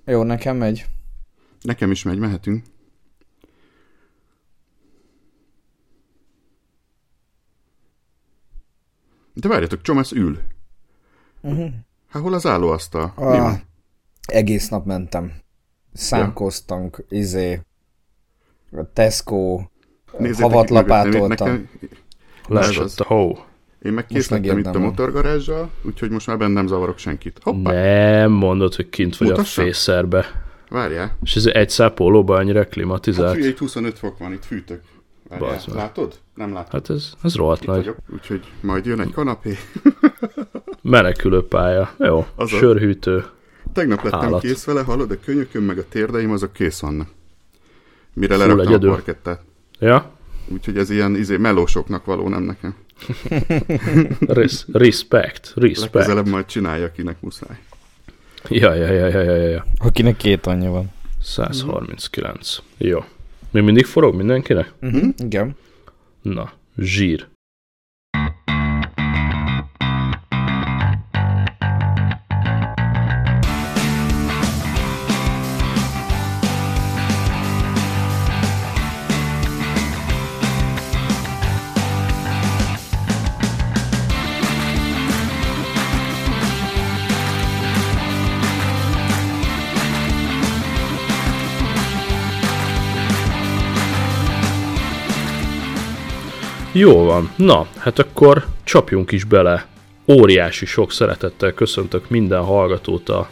Jó, nekem megy. Nekem is megy, mehetünk. De várjatok, Csomász ül. Hát hol az állóasztal? Mi van? Egész nap mentem. Számkoztunk, Tesco, havat lapátoltam. Leesett a hó. Én meg készlettem itt a motorgarázsal, úgyhogy most már bennem zavarok senkit. Hoppá. Nem mondod, hogy kint vagy Mutassa? a fészerbe. Várjál. És ez egy szál pólóban annyira klimatizált. Hát itt 25 fok van, itt fűtök. Várjál, látod? Nem látod. Hát ez rohadt nagy. Vagyok, úgyhogy majd jön egy kanapé. Menekülőpálya. Jó, Azaz. sörhűtő. Tegnap lettem állat. kész vele, hallod, a könyököm meg a térdeim azok kész vannak. Mire leraktam a parkettát. Ja? Úgyhogy ez ilyen melósoknak való, nem nekem. Respect. Legközelebb majd csinálja, akinek muszáj. Ja. Akinek 2 anyja van. 139. Jó. Még mindig forog mindenkinek? Igen. Na, zsír. Jó van. Na, hát akkor csapjunk is bele. Óriási sok szeretettel köszöntök minden hallgatót a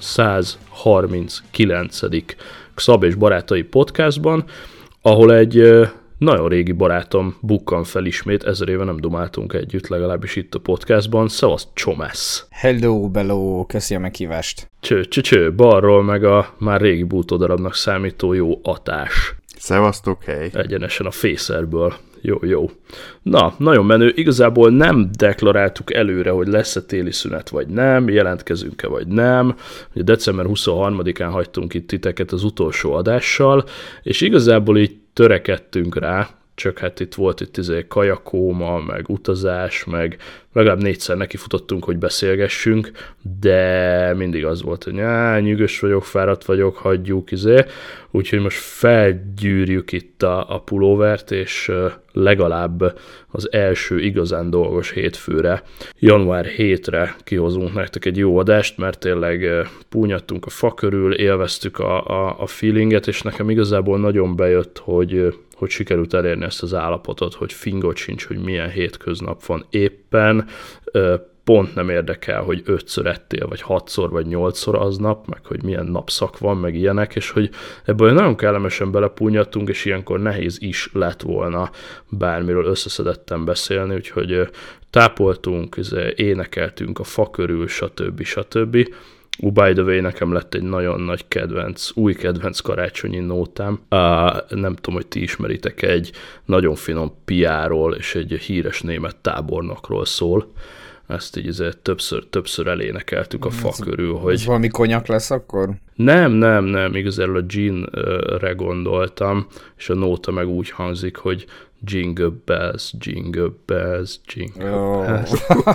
139. Xab és Barátai podcastban, ahol egy nagyon régi barátom bukkan fel ismét, 1000 éve nem dumáltunk együtt, legalábbis itt a podcastban. Szevasz, Csomász! Hello, bello, köszi a meghívást. Cső, balról meg a már régi bútódarabnak számító jó Atás. Szevasztok, hely! Egyenesen a fészerből. Jó. Na, nagyon menő. Igazából nem deklaráltuk előre, hogy lesz-e téli szünet vagy nem, jelentkezünk-e vagy nem. Ugye december 23-án hagytunk itt titeket az utolsó adással, és igazából így törekedtünk rá, csak hát itt volt kajakóma, meg utazás, meg legalább 4-szer nekifutottunk, hogy beszélgessünk, de mindig az volt, hogy nyűgös vagyok, fáradt vagyok, hagyjuk, úgyhogy most felgyűrjük itt a pulóvert, és legalább az első igazán dolgos hétfőre, január 7-re kihozunk nektek egy jó adást, mert tényleg púnyadtunk a fa körül, élveztük a feelinget, és nekem igazából nagyon bejött, hogy sikerült elérni ezt az állapotot, hogy fingot sincs, hogy milyen hétköznap van éppen, pont nem érdekel, hogy 5-ször ettél, vagy 6-szor, vagy 8-szor aznap, meg hogy milyen napszak van, meg ilyenek, és hogy ebből nagyon kellemesen belepúnyadtunk, és ilyenkor nehéz is lett volna bármiről összeszedettem beszélni, úgyhogy tápoltunk, énekeltünk a fa körül, stb. By the way, nekem lett egy nagyon nagy új kedvenc karácsonyi nótám. Nem tudom, hogy ti ismeritek, egy nagyon finom piáról és egy híres német tábornokról szól. Ezt így többször elénekeltük a fa körül, hogy... Ez valami konyak lesz akkor? Nem, igazából a gin-re gondoltam, és a nóta meg úgy hangzik, hogy Jingle bells, jingle bells, jingle bells.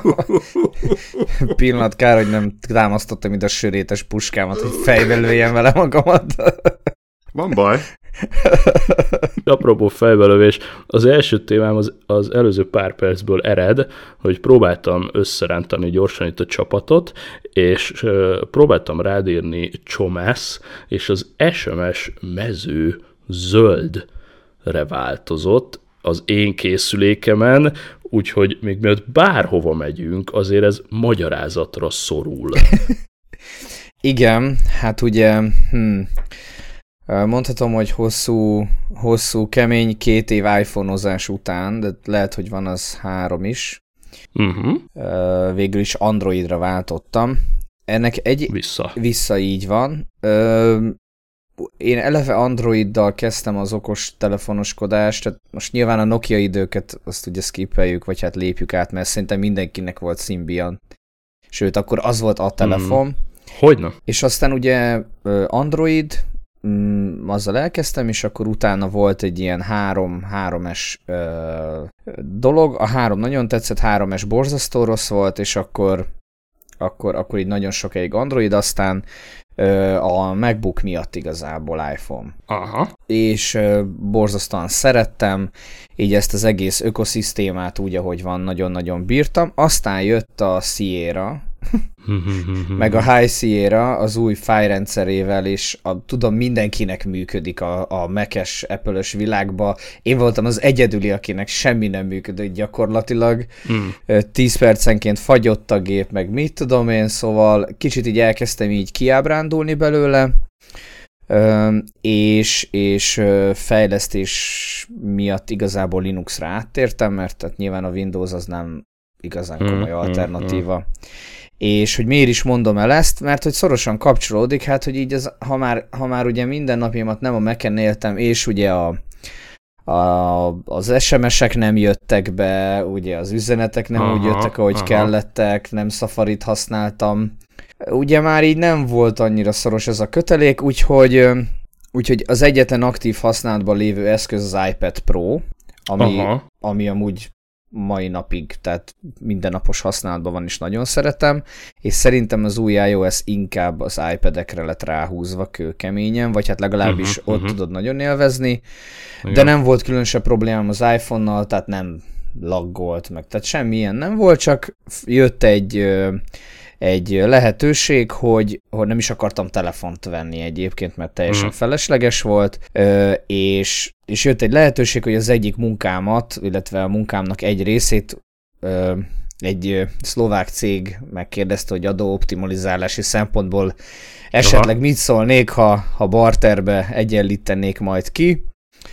Pillanat, kár, hogy nem támasztottam ide a sörétes puskámat, hogy fejbe lőjem vele magamat. Van baj. Apropó fejbelövés, az első témám az előző pár percből ered, hogy próbáltam összerántani gyorsan itt a csapatot, és próbáltam rádírni Csomász, és az SMS mező zöldre változott az én készülékemen, úgyhogy még mielőtt bárhova megyünk, azért ez magyarázatra szorul. Igen, hát ugye... Mondhatom, hogy hosszú, kemény 2 év iPhone-ozás után, de lehet, hogy van az 3 is. Végül is Androidra váltottam. Ennek vissza így van. Én eleve Androiddal kezdtem az okos telefonoskodást, tehát most nyilván a Nokia időket azt ugye skippeljük, vagy hát lépjük át, mert szerintem mindenkinek volt Symbian. Sőt, akkor az volt a telefon. Hogyne? És aztán ugye Android... azzal elkezdtem, és akkor utána volt egy ilyen 3S dolog. A 3 nagyon tetszett, 3S borzasztó rossz volt, és akkor így nagyon sokáig Android, aztán a MacBook miatt igazából iPhone. Aha. És borzasztóan szerettem, így ezt az egész ökoszisztémát úgy, ahogy van, nagyon-nagyon bírtam. Aztán jött a Sierra, meg a High Sierra az új fájrendszerével, és tudom, mindenkinek működik a Mac-es, Apple-ös világba. Én voltam az egyedüli, akinek semmi nem működött gyakorlatilag. 10 percenként fagyott a gép, meg mit tudom én, szóval kicsit így elkezdtem így kiábrándulni belőle, és fejlesztés miatt igazából Linuxra áttértem, mert tehát nyilván a Windows az nem igazán komoly alternatíva. És hogy miért is mondom el ezt, mert hogy szorosan kapcsolódik, hát hogy így ez, ha már ugye minden napjamat nem a Mac-en éltem, és ugye az SMS-ek nem jöttek be, ugye az üzenetek nem úgy jöttek, ahogy kellettek, nem Safarit használtam. Ugye már így nem volt annyira szoros ez a kötelék, úgyhogy az egyetlen aktív használatban lévő eszköz az iPad Pro, ami amúgy mai napig, tehát mindennapos használatban van, és nagyon szeretem, és szerintem az új iOS inkább az iPad-ekre lett ráhúzva kőkeményen, vagy hát legalábbis ott tudod nagyon élvezni, de nem volt különösebb problémám az iPhone-nal, tehát nem laggolt meg, tehát semmilyen nem volt, csak jött egy lehetőség, hogy nem is akartam telefont venni egyébként, mert teljesen felesleges volt, és jött egy lehetőség, hogy az egyik munkámat, illetve a munkámnak egy részét egy szlovák cég megkérdezte, hogy adóoptimalizálási szempontból esetleg mit szólnék, ha barterbe egyenlítenék majd ki,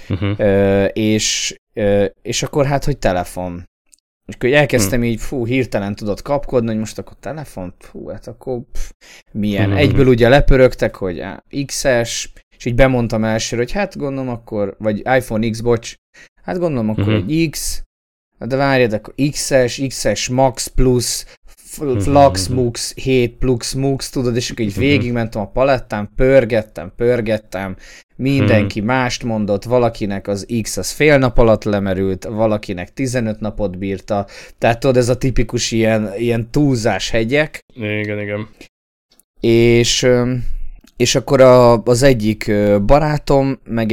és akkor hát, hogy telefon. És akkor elkezdtem így, hirtelen tudott kapkodni, hogy most akkor telefont, hát akkor milyen. Egyből ugye lepörögtek, hogy X-es, és így bemondtam elsőre, hogy hát gondolom akkor, vagy iPhone X, bocs, hát gondolom akkor, hogy X, de várjad, akkor XS, Max Plus, Flux Mux, 7 Plus Mux, tudod, és akkor így végigmentem a palettán, pörgettem, mindenki mást mondott, valakinek az X az fél nap alatt lemerült, valakinek 15 napot bírta, tehát tudod, ez a tipikus ilyen túlzás hegyek. Igen. És akkor az egyik barátom meg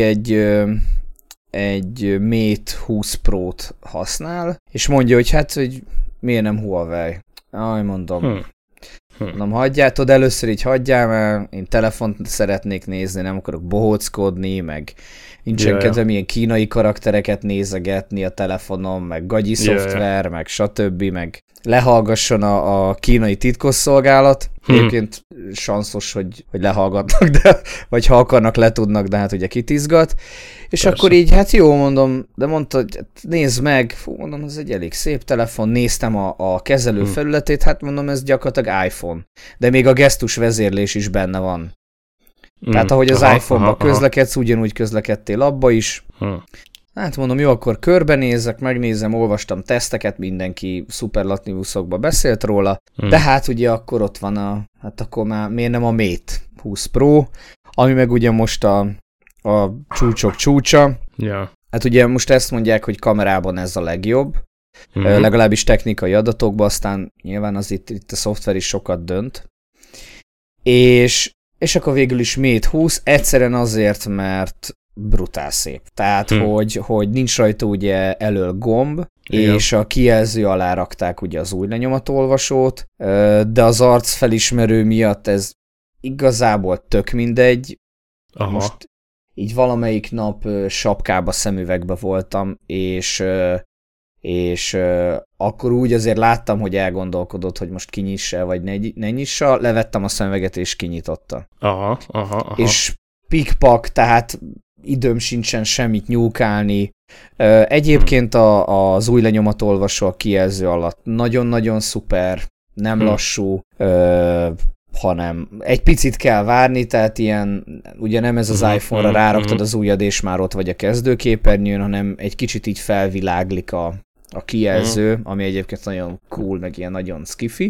egy Mate 20 Pro-t használ, és mondja, hogy hát, hogy miért nem Huawei. Mondom, hagyjátod, először így hagyjál, mert én telefont szeretnék nézni, nem akarok bohóckodni, meg nincsen kedvem ilyen kínai karaktereket nézegetni a telefonon, meg gagyi szoftver, meg stb., meg lehallgasson a kínai titkosszolgálat. Egyébként sanszos, hogy lehallgatnak, vagy ha akarnak, letudnak, de hát ugye kitizgat. És persze. Akkor így, hát jó, mondom, de mondta, hogy nézd meg, mondom, ez egy elég szép telefon, néztem a kezelő felületét, hát mondom, ez gyakorlatilag iPhone. De még a gesztus vezérlés is benne van. Tehát ahogy az iPhone-ba közlekedsz, ugyanúgy közlekedtél abba is. Hát mondom, jó, akkor körbenézek, megnézem, olvastam teszteket, mindenki szuperlatívuszokba beszélt róla, de hát ugye akkor ott van hát akkor már miért nem a Mate 20 Pro, ami meg ugye most a csúcsok csúcsa. Yeah. Hát ugye most ezt mondják, hogy kamerában ez a legjobb, legalábbis technikai adatokban, aztán nyilván az itt a szoftver is sokat dönt. És akkor végül is Mate 20, egyszerűen azért, mert brutál szép. Tehát, hogy nincs rajta ugye elől gomb, és a kijelző alá rakták ugye az új lenyomatolvasót, de az arcfelismerő miatt ez igazából tök mindegy. Most így valamelyik nap sapkába, szemüvegbe voltam, és akkor úgy azért láttam, hogy elgondolkodott, hogy most kinyissa, vagy ne nyissa, levettem a szemüveget, és kinyitotta. Aha. És pikpak, tehát időm sincsen semmit nyúlkálni. Egyébként az új lenyomatolvasó a kijelző alatt nagyon-nagyon szuper, nem lassú, hanem egy picit kell várni, tehát ilyen, ugye nem ez az iPhone-ra ráraktad az ujjad, és már ott vagy a kezdőképernyőn, hanem egy kicsit így felviláglik a kijelző, ami egyébként nagyon cool, meg ilyen nagyon skifi.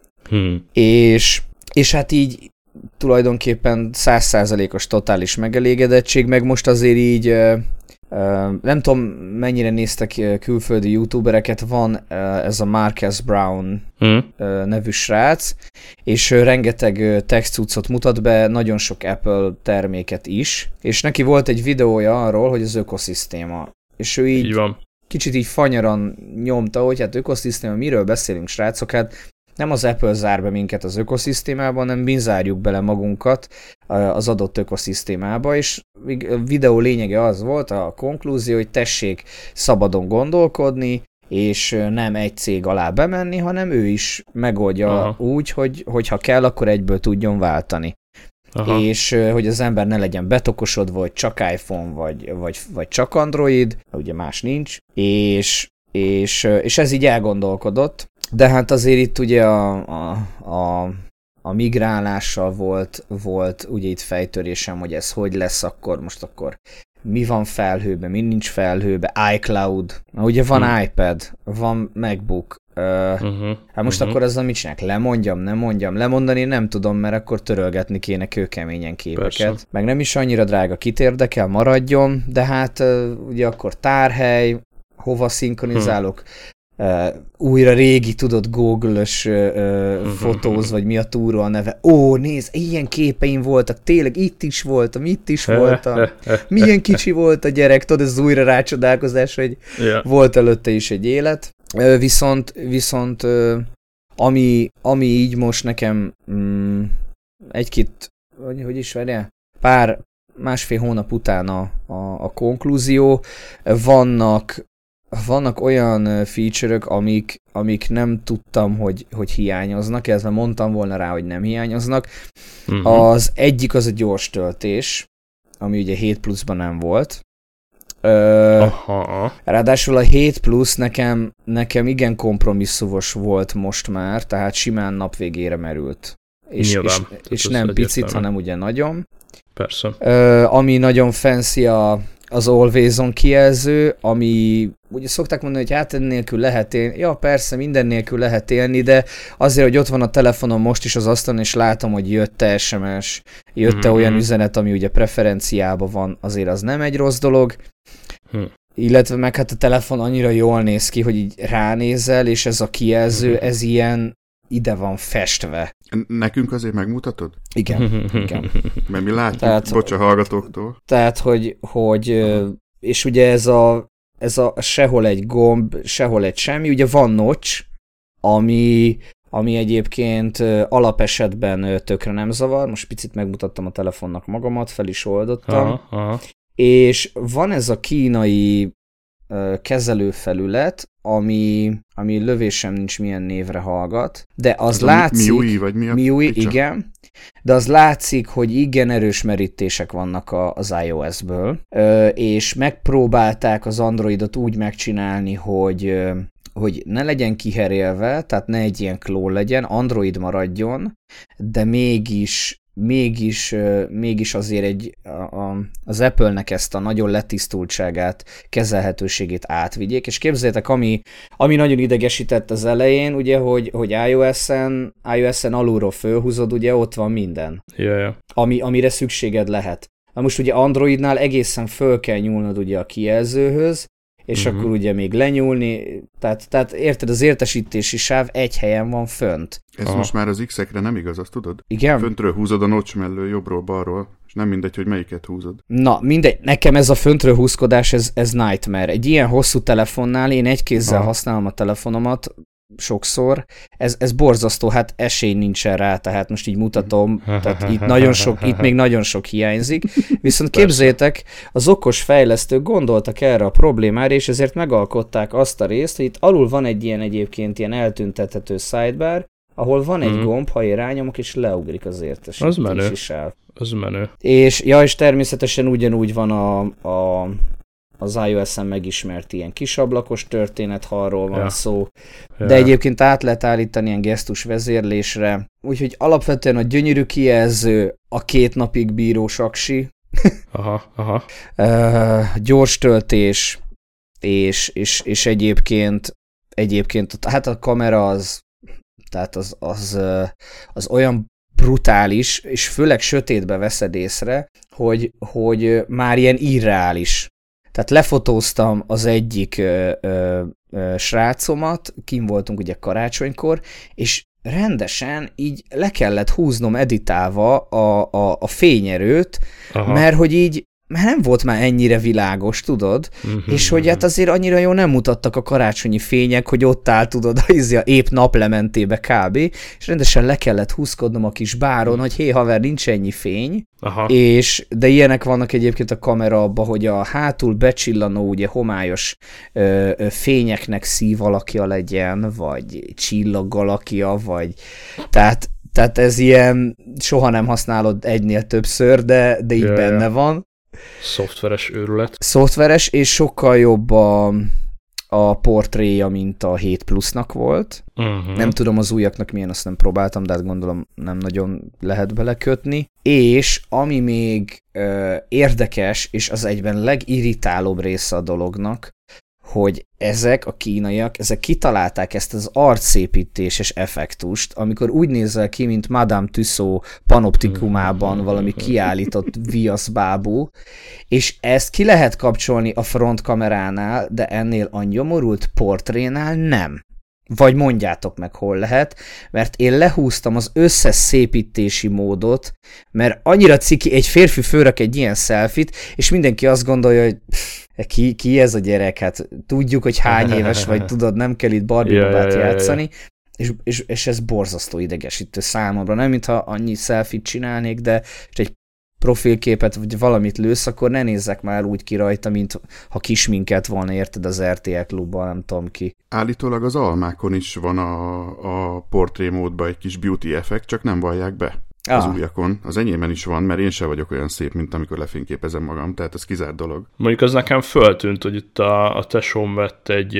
És hát így tulajdonképpen 100%-os totális megelégedettség, meg most azért így Nem tudom, mennyire néztek külföldi youtubereket, van ez a Marques Brown nevű srác, és rengeteg tech cuccot mutat be, nagyon sok Apple terméket is, és neki volt egy videója arról, hogy az ökoszisztéma. És ő így kicsit így fanyaran nyomta, hogy hát ökoszisztéma, miről beszélünk, srácok, hát nem az Apple zár be minket az ökoszisztémában, hanem mi zárjuk bele magunkat az adott ökoszisztémába, és a videó lényege az volt, a konklúzió, hogy tessék szabadon gondolkodni, és nem egy cég alá bemenni, hanem ő is megoldja úgy, hogy ha kell, akkor egyből tudjon váltani. Aha. És hogy az ember ne legyen betokosodva, vagy csak iPhone, vagy csak Android, ugye más nincs, és ez így elgondolkodott. De hát azért itt ugye a migrálással volt ugye itt fejtörésem, hogy ez hogy lesz akkor, most akkor mi van felhőben, mi nincs felhőben, iCloud, ugye van iPad, van MacBook, hát most akkor ezzel mit csinálják? Lemondjam, nem mondjam, lemondani nem tudom, mert akkor törölgetni kéne kőkeményen képeket. Persze. Meg nem is annyira drága, kit érdekel, maradjon, de hát ugye akkor tárhely, hova szinkronizálok, újra régi, tudod, Google-ös fotóz, vagy mi a túró a neve. Ó, nézd, ilyen képeim voltak, tényleg itt is voltam, milyen kicsi volt a gyerek, tudod, ez az újra rácsodálkozás, hogy volt előtte is egy élet. Viszont ami így most nekem egy-két, hogy is várjál? Másfél hónap után a konklúzió, vannak olyan feature-ök, amik nem tudtam, hogy hiányoznak, ezzel mondtam volna rá, hogy nem hiányoznak. Az egyik az a gyors töltés, ami ugye 7 Plus-ban nem volt. Ráadásul a 7 Plus nekem igen kompromisszumos volt most már, tehát simán nap végére merült. És nem picit, hanem ugye nagyon. Persze. Ami nagyon fancy az Always On kijelző, ami ugye szokták mondani, hogy hát ennélkül lehet élni. Ja, persze, minden nélkül lehet élni, de azért, hogy ott van a telefonom most is az asztalon, és látom, hogy jött-e SMS, jött-e olyan üzenet, ami ugye preferenciában van, azért az nem egy rossz dolog. Illetve meg hát a telefon annyira jól néz ki, hogy így ránézel, és ez a kijelző, ez ilyen ide van festve. Nekünk azért megmutatod? Igen. Mert mi látjuk, bocs a hallgatóktól. Tehát, hogy és ugye ez a sehol egy gomb, sehol egy semmi, ugye van notch, ami egyébként alapesetben tökre nem zavar, most picit megmutattam a telefonnak magamat, fel is oldottam, és van ez a kínai kezelőfelület, ami lövésem nincs milyen névre hallgat, de az látszik... MIUI, vagy mi a MIUI, igen. De az látszik, hogy igen erős merítések vannak az iOS-ből, és megpróbálták az Androidot úgy megcsinálni, hogy ne legyen kiherélve, tehát ne egy ilyen klón legyen, Android maradjon, de mégis azért az Apple-nek ezt a nagyon letisztultságát, kezelhetőségét átvigyék, és képzeljétek, ami nagyon idegesített az elején, ugye, hogy iOS-en alulról fölhúzod, ugye ott van minden, amire szükséged lehet. Na most ugye Androidnál egészen föl kell nyúlnod ugye a kijelzőhöz, és akkor ugye még lenyúlni, tehát érted, az értesítési sáv egy helyen van fönt. Ez most már az X-ekre nem igaz, azt tudod? Igen? Föntről húzod a notch mellől, jobbról-balról, és nem mindegy, hogy melyiket húzod. Na, mindegy, nekem ez a föntről húzkodás, ez nightmare. Egy ilyen hosszú telefonnál én egy kézzel használom a telefonomat, sokszor, ez borzasztó, hát esély nincsen rá, tehát most így mutatom, tehát itt még nagyon sok hiányzik, viszont képzeljétek, az okos fejlesztők gondoltak erre a problémára, és ezért megalkották azt a részt, hogy itt alul van egy ilyen egyébként ilyen eltüntethető sidebar, ahol van egy gomb, ha én rányomok, és leugrik az értesítési sáv. Az menő. És természetesen ugyanúgy van az iOS-en megismert ilyen kisablakos történet, ha arról van szó, de egyébként át lehet állítani ilyen gesztus vezérlésre, úgyhogy alapvetően a gyönyörű kijelző, a 2 napig bíró saksi, gyors töltés, és egyébként hát a kamera az olyan brutális, és főleg sötétbe veszed észre, hogy már ilyen irreális. Tehát lefotóztam az egyik srácomat, kim voltunk ugye karácsonykor, és rendesen így le kellett húznom editálva a fényerőt, mert hogy így nem volt már ennyire világos, tudod? És hogy hát azért annyira jól nem mutattak a karácsonyi fények, hogy ott áll, tudod, a épp naplementébe kb. És rendesen le kellett húzkodnom a kis báron, hogy hé haver, nincs ennyi fény. De ilyenek vannak egyébként a kamera abban, hogy a hátul becsillanó, ugye homályos fényeknek szív alakja legyen, vagy csillag alakja, vagy tehát ez ilyen, soha nem használod egynél többször, de így benne van. Szoftveres őrület. Szoftveres, és sokkal jobb a portréja, mint a 7 Plusnak volt. Nem tudom az újaknak milyen, azt nem próbáltam, de hát gondolom nem nagyon lehet belekötni. És ami még érdekes, és az egyben legirritálóbb része a dolognak, hogy ezek a kínaiak, ezek kitalálták ezt az arcszépítéses effektust, amikor úgy nézel ki, mint Madame Tussauds panoptikumában valami kiállított viaszbábú, és ezt ki lehet kapcsolni a frontkameránál, de ennél a nyomorult portrénál nem. Vagy mondjátok meg, hol lehet, mert én lehúztam az összes szépítési módot, mert annyira ciki, egy férfi fölrak egy ilyen selfit, és mindenki azt gondolja, hogy ki ez a gyerek, hát tudjuk, hogy hány éves vagy, tudod, nem kell itt Barbie babát játszani, és ez borzasztó idegesítő számomra, nem mintha annyi selfit csinálnék, de egy profilképet, vagy valamit lősz, akkor ne nézzek már úgy ki rajta, mint ha kisminket volna, érted, az RTL klubban, nem tudom ki. Állítólag az almákon is van a portrémódban egy kis beauty effekt, csak nem vallják be. Az újakon. Az enyémben is van, mert én sem vagyok olyan szép, mint amikor lefényképezem magam, tehát ez kizárt dolog. Mondjuk az nekem föltűnt, hogy itt a tesóm vett egy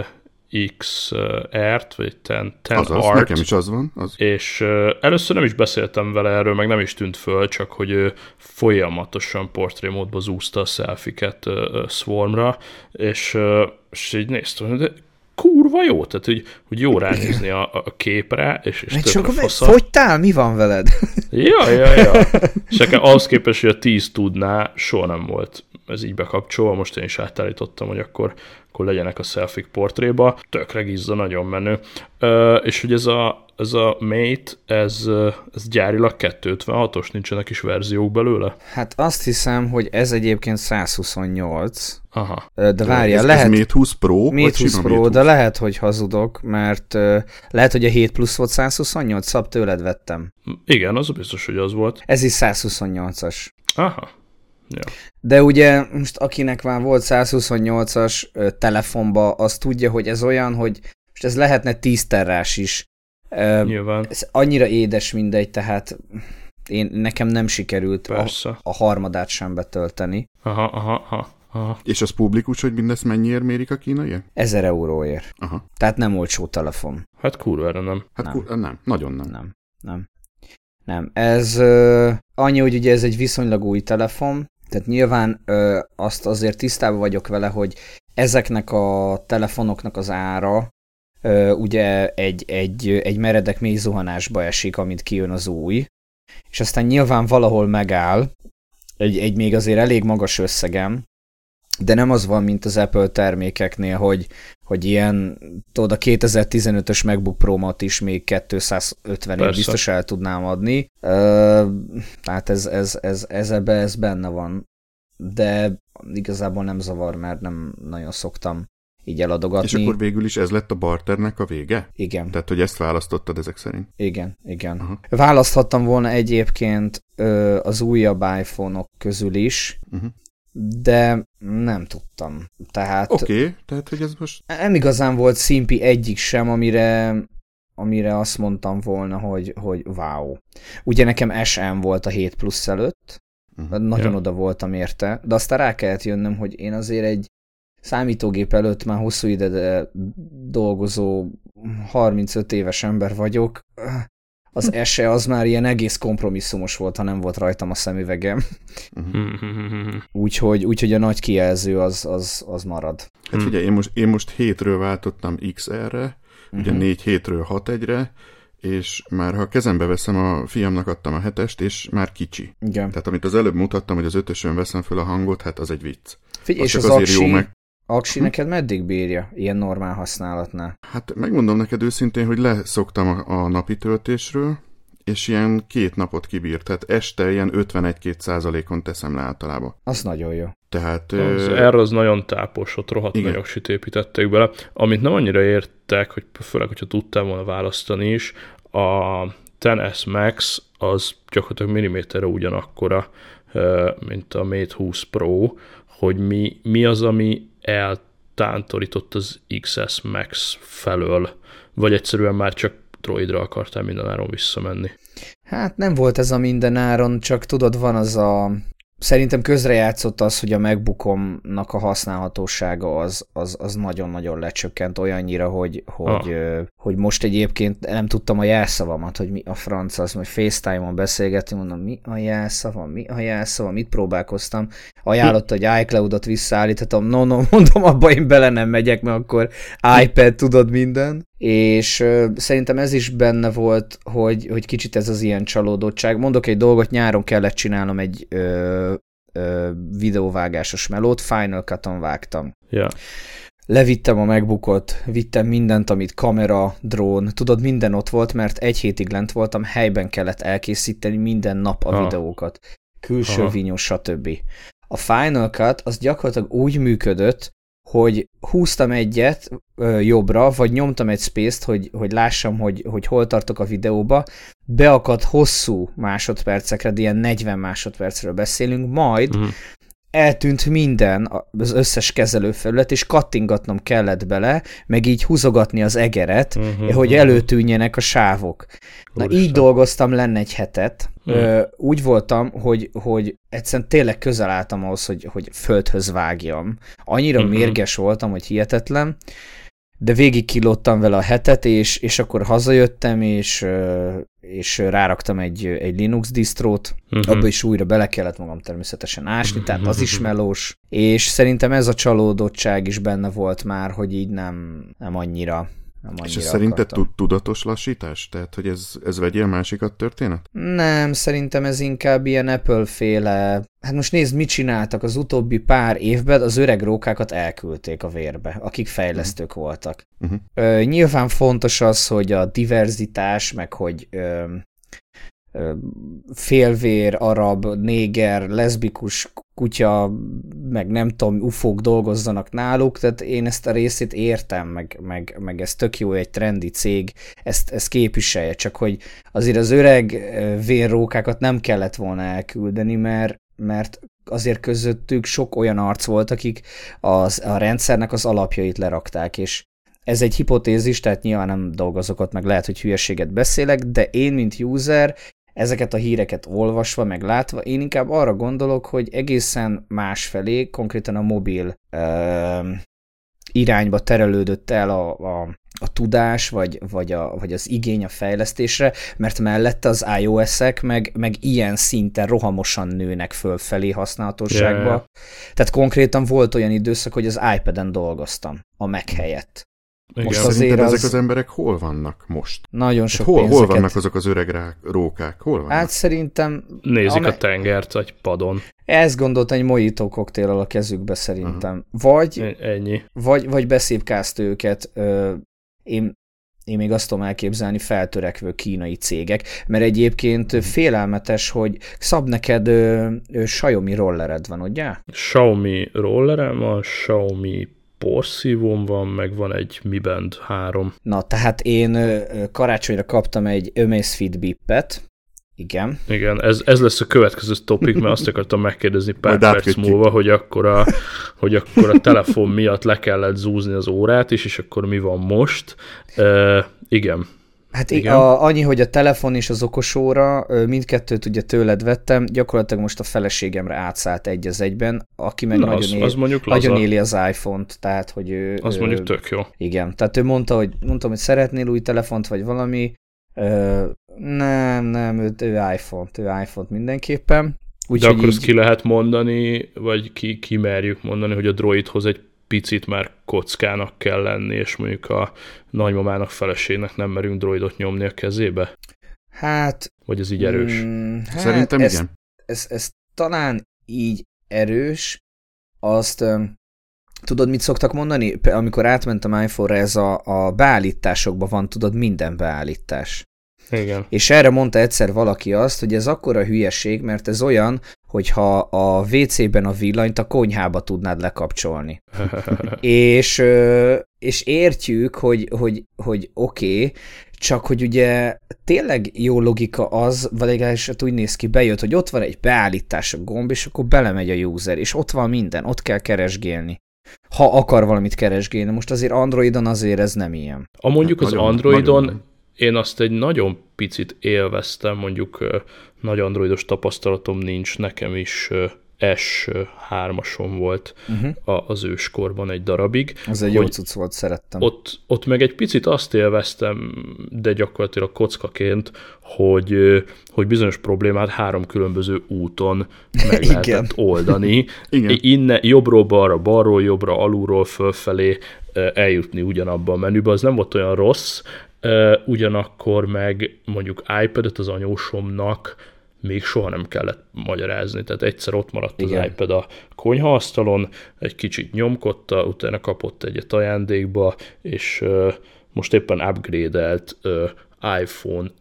XR-t, vagy 10 Art. Nekem is az van. És először nem is beszéltem vele erről, meg nem is tűnt föl, csak hogy ő folyamatosan portrémódba zúzta a selfiket Swarmra, és így néztem, de kurva jó, tehát hogy jó ránézni a képre, és tökre fasza. Fogytál? Mi van veled? Ja. És nekem ahhoz képest, hogy a 10 tudná, soha nem volt ez így bekapcsolva, most én is átállítottam, hogy akkor legyenek a selfie portréba. Tökre gizza, nagyon menő. És hogy ez a Mate, ez gyárilag 256-os, nincsenek is verziók belőle? Hát azt hiszem, hogy ez egyébként 128. Aha. De várjál, lehet... Ez Mate 20 Pro? Mate 20 Pro, de lehet, hogy hazudok, mert lehet, hogy a 7 Plus volt 128, szab tőled vettem. Igen, az biztos, hogy az volt. Ez is 128-as. Aha. Ja. De ugye most akinek már volt 128-as telefonba, az tudja, hogy ez olyan, hogy most ez lehetne 10 terrás is. Nyilván. Ez annyira édes mindegy, tehát nekem nem sikerült a harmadát sem betölteni. Aha. És az publikus, hogy mindezt mennyiért mérik a kínaiak? 1000 euróért. Aha. Tehát nem olcsó telefon. Hát kurvára nem. Nem, nagyon nem. Nem. Ez annyi, hogy ugye ez egy viszonylag új telefon, tehát nyilván azt azért tisztában vagyok vele, hogy ezeknek a telefonoknak az ára ugye egy meredek mély zuhanásba esik, amint kijön az új, és aztán nyilván valahol megáll, egy még azért elég magas összegem, de nem az van, mint az Apple termékeknél, hogy ilyen, tudod, a 2015-ös MacBook Pro-mat is még 250-ig biztos el tudnám adni. Tehát ez benne van. De igazából nem zavar, mert nem nagyon szoktam így eladogatni. És akkor végül is ez lett a barternek a vége? Igen. Tehát, hogy ezt választottad ezek szerint? Igen. Aha. Választhattam volna egyébként az újabb iPhone-ok közül is, de nem tudtam. Tehát... Oké, tehát, hogy ez most... Nem igazán volt szimpi egyik sem, amire azt mondtam volna, hogy wow. Ugye nekem SM volt a 7 Plus előtt, nagyon oda voltam érte, de aztán rá kellett jönnöm, hogy én azért egy számítógép előtt már hosszú ide dolgozó 35 éves ember vagyok. Az SE az már ilyen egész kompromisszumos volt, ha nem volt rajtam a szemüvegem. Úgyhogy a nagy kijelző az marad. Hát figyelj, én most 7-ről váltottam XR-re, ugye 4 7-ről 6-1-re, és már ha kezembe veszem, a fiamnak adtam a 7-est, és már kicsi. Igen. Tehát amit az előbb mutattam, hogy az 5-ösön veszem föl a hangot, hát az egy vicc. Figyelj, és az aksi neked meddig bírja ilyen normál használatnál? Hát megmondom neked őszintén, hogy leszoktam a napi töltésről, és ilyen 2 napot kibírt, tehát este ilyen 51-2%-on teszem le általában. Az nagyon jó. Tehát... Erre az nagyon tápos, ott rohadt nagy aksit építették bele. Amit nem annyira értek, hogy főleg, hogyha tudtál volna választani is, a XS Max az gyakorlatilag milliméterre ugyanakkora, mint a Mate 20 Pro, hogy mi az, ami eltántorított az XS Max felől, vagy egyszerűen már csak Droidra akartál mindenáron visszamenni? Hát nem volt ez a mindenáron, csak tudod, van az a... Szerintem közrejátszott az, hogy a MacBookomnak a használhatósága az nagyon-nagyon lecsökkent olyannyira, hogy most egyébként nem tudtam a jelszavamat, hogy mi a franc az, hogy FaceTime-on beszélgetünk, mondom, mi a jelszava, mit próbálkoztam. Ajánlotta, hogy iCloud-ot visszaállíthatom, no, mondom, abba én bele nem megyek, mert akkor iPad tudod minden. És szerintem ez is benne volt, hogy kicsit ez az ilyen csalódottság. Mondok egy dolgot, nyáron kellett csinálnom egy videóvágásos melót, Final Cut-on vágtam. Yeah. Levittem a MacBookot, vittem mindent, amit kamera, drón, tudod, minden ott volt, mert 1 hétig lent voltam, helyben kellett elkészíteni minden nap a videókat. Külső vinyó, stb. A Final Cut az gyakorlatilag úgy működött, hogy húztam egyet jobbra, vagy nyomtam egy space-t, hogy lássam, hogy hol tartok a videóba, beakadt hosszú másodpercekre, de ilyen 40 másodpercről beszélünk, majd eltűnt minden, az összes kezelőfelület, és kattingatnom kellett bele, meg így húzogatni az egeret, hogy előtűnjenek a sávok. Na így dolgoztam lenne 1 hetet. Úgy voltam, hogy egyszerűen tényleg közel álltam ahhoz, hogy földhöz vágjam. Annyira mérges voltam, hogy hihetetlen, de végig kilódtam vele a hetet, és akkor hazajöttem, és ráraktam egy Linux distrót, abba is újra bele kellett magam természetesen ásni, tehát az is melós, és szerintem ez a csalódottság is benne volt már, hogy így nem annyira. És ez szerinted tudatos lassítás? Tehát, hogy ez vegyél másikat történet? Nem, szerintem ez inkább ilyen Apple-féle... Hát most nézd, mit csináltak az utóbbi pár évben, az öreg rókákat elküldték a vérbe, akik fejlesztők voltak. Nyilván fontos az, hogy a diverzitás, meg hogy félvér, arab, néger, leszbikus kutya, meg nem tudom, ufók dolgozzanak náluk, tehát én ezt a részét értem, meg ez tök jó, egy trendi cég, ezt képviselje, csak hogy azért az öreg vérrókákat nem kellett volna elküldeni, mert azért közöttük sok olyan arc volt, akik a rendszernek az alapjait lerakták, és ez egy hipotézis, tehát nyilván nem dolgozok ott, meg lehet, hogy hülyeséget beszélek, de én, mint user, ezeket a híreket olvasva, meg látva, én inkább arra gondolok, hogy egészen másfelé, konkrétan a mobil irányba terelődött el a tudás, vagy az igény a fejlesztésre, mert mellette az iOS-ek meg ilyen szinten rohamosan nőnek fölfelé használhatóságba. Yeah. Tehát konkrétan volt olyan időszak, hogy az iPad-en dolgoztam a Mac helyett. Most azért ezek az emberek hol vannak most? Nagyon sok hol vannak azok az öreg rókák? Hol vannak? Hát szerintem... Nézik a tengert egy padon. Ezt gondoltam, egy mojito koktéllal a kezükbe szerintem. Vagy, ennyi. Vagy beszépkázta őket. Én még azt tudom elképzelni, feltörekvő kínai cégek, mert egyébként félelmetes, hogy szab neked Xiaomi rollered van, ugye? Xiaomi rollerem van, Xiaomi porszívóm van, meg van egy Mi Band 3. Na, tehát én karácsonyra kaptam egy Amazfit Beepet. Igen. Igen, ez lesz a következő topik, mert azt akartam megkérdezni pár perc múlva, hogy akkor a telefon miatt le kellett zúzni az órát is, és akkor mi van most. Igen. Hát annyi, hogy a telefon és az okosóra, mindkettőt ugye tőled vettem, gyakorlatilag most a feleségemre átszállt egy az egyben, aki meg nagyon éli az iPhone-t, tehát hogy ő... Az mondjuk tök jó. Igen, tehát ő mondtam, hogy szeretnél új telefont, vagy valami, nem, ő iPhone-t mindenképpen. De akkor azt ki lehet mondani, vagy ki merjük mondani, hogy a Droidhoz egy picit már kockának kell lenni, és mondjuk a nagymamának, feleségnek nem merünk droidot nyomni a kezébe? Hát... Vagy ez így erős? Hát szerintem igen. Ez talán így erős. Azt tudod, mit szoktak mondani? Amikor átmentem iPhone-ra, ez a beállításokban van, tudod, minden beállítás. Igen. És erre mondta egyszer valaki azt, hogy ez akkora hülyeség, mert ez olyan, hogyha a WC-ben a villanyt a konyhába tudnád lekapcsolni. és értjük, hogy oké, csak hogy ugye tényleg jó logika az, vagy legalábbis úgy néz ki, bejött, hogy ott van egy beállítás a gomb, és akkor belemegy a user, és ott van minden, ott kell keresgélni. Ha akar valamit keresgélni. Most azért Androidon azért ez nem ilyen. Mondjuk az Androidon én azt egy nagyon picit élveztem, mondjuk nagy androidos tapasztalatom nincs, nekem is S3-asom volt az őskorban egy darabig. Az egy jó cucc volt, szerettem. Ott meg egy picit azt élveztem, de gyakorlatilag kockaként, hogy bizonyos problémát 3 különböző úton meg lehetett oldani. Innen jobbról balra, balról jobbra, alulról fölfelé eljutni ugyanabban a menübe. Az nem volt olyan rossz, ugyanakkor meg mondjuk iPad-et az anyósomnak még soha nem kellett magyarázni. Tehát egyszer ott maradt az iPad a konyhaasztalon, egy kicsit nyomkodta, utána kapott egyet ajándékba, és most éppen upgrade-elt iPhone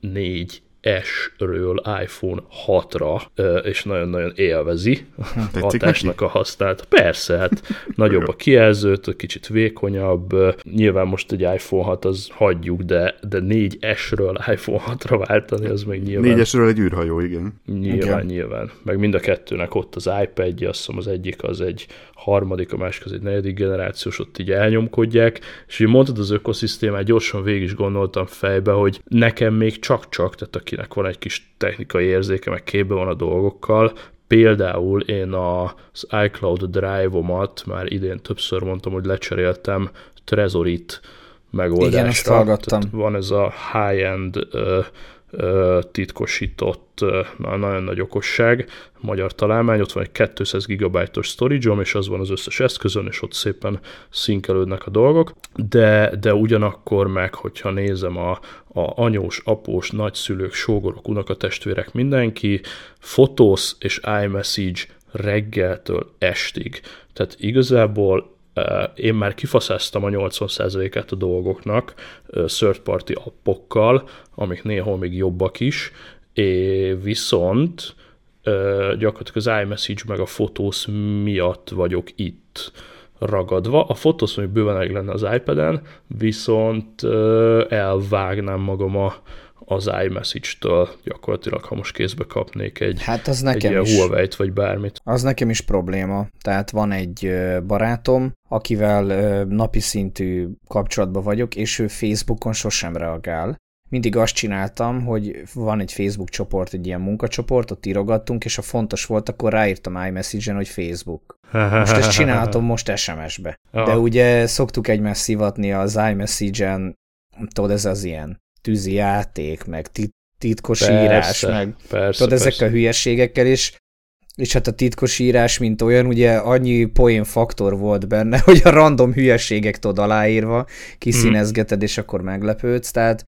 4S-ről iPhone 6-ra, és nagyon-nagyon élvezi a hatásnak a használat. Persze, hát nagyobb a kijelző, kicsit vékonyabb. Nyilván most egy iPhone 6 az hagyjuk, de 4S-ről iPhone 6-ra váltani, az még nyilván... 4S-ről egy űrhajó, igen. Nyilván. Meg mind a kettőnek ott az iPad-je, azt hiszem az egyik az egy harmadik, a másik az egy 4. generációs, ott így elnyomkodják, és ugye mondtad az ökoszisztémát, gyorsan végig is gondoltam fejbe, hogy nekem még csak-csak, tehát akinek van egy kis technikai érzéke, meg képbe van a dolgokkal, például én az iCloud Drive-omat már idén többször mondtam, hogy lecseréltem Trezorit megoldásra. Igen, azt hallgattam. Van ez a high-end titkosított, nagyon nagy okosság, magyar találmány, ott van egy 200 GB-os storage-om, és az van az összes eszközön, és ott szépen szinkelődnek a dolgok, de ugyanakkor meg, hogyha nézem a anyós, após, nagyszülők, sógorok, unokatestvérek, mindenki, Photos és iMessage reggeltől estig. Tehát igazából én már kifaszáztam a 80%-át a dolgoknak third party appokkal, amik néha még jobbak is, viszont gyakorlatilag az iMessage meg a Photos miatt vagyok itt ragadva. A Photos még bőven elég lenne az iPad-en, viszont elvágnám magam az iMessage-től gyakorlatilag, ha most kézbe kapnék egy ilyen Huawei-t vagy bármit. Az nekem is probléma. Tehát van egy barátom, akivel napi szintű kapcsolatban vagyok, és ő Facebookon sosem reagál. Mindig azt csináltam, hogy van egy Facebook csoport, egy ilyen munkacsoport, ott írogattunk, és ha fontos volt, akkor ráírtam iMessage-en, hogy Facebook. Most ezt csináltam most SMS-be. De ugye szoktuk egymást szivatni az iMessage-en, tudod, ez az ilyen tűzi játék, meg titkos írás, meg tudod, ezekkel a hülyeségekkel is, és hát a titkos írás, mint olyan, ugye annyi poén faktor volt benne, hogy a random hülyeségek tudod aláírva, kiszínezgeted, és akkor meglepődsz, tehát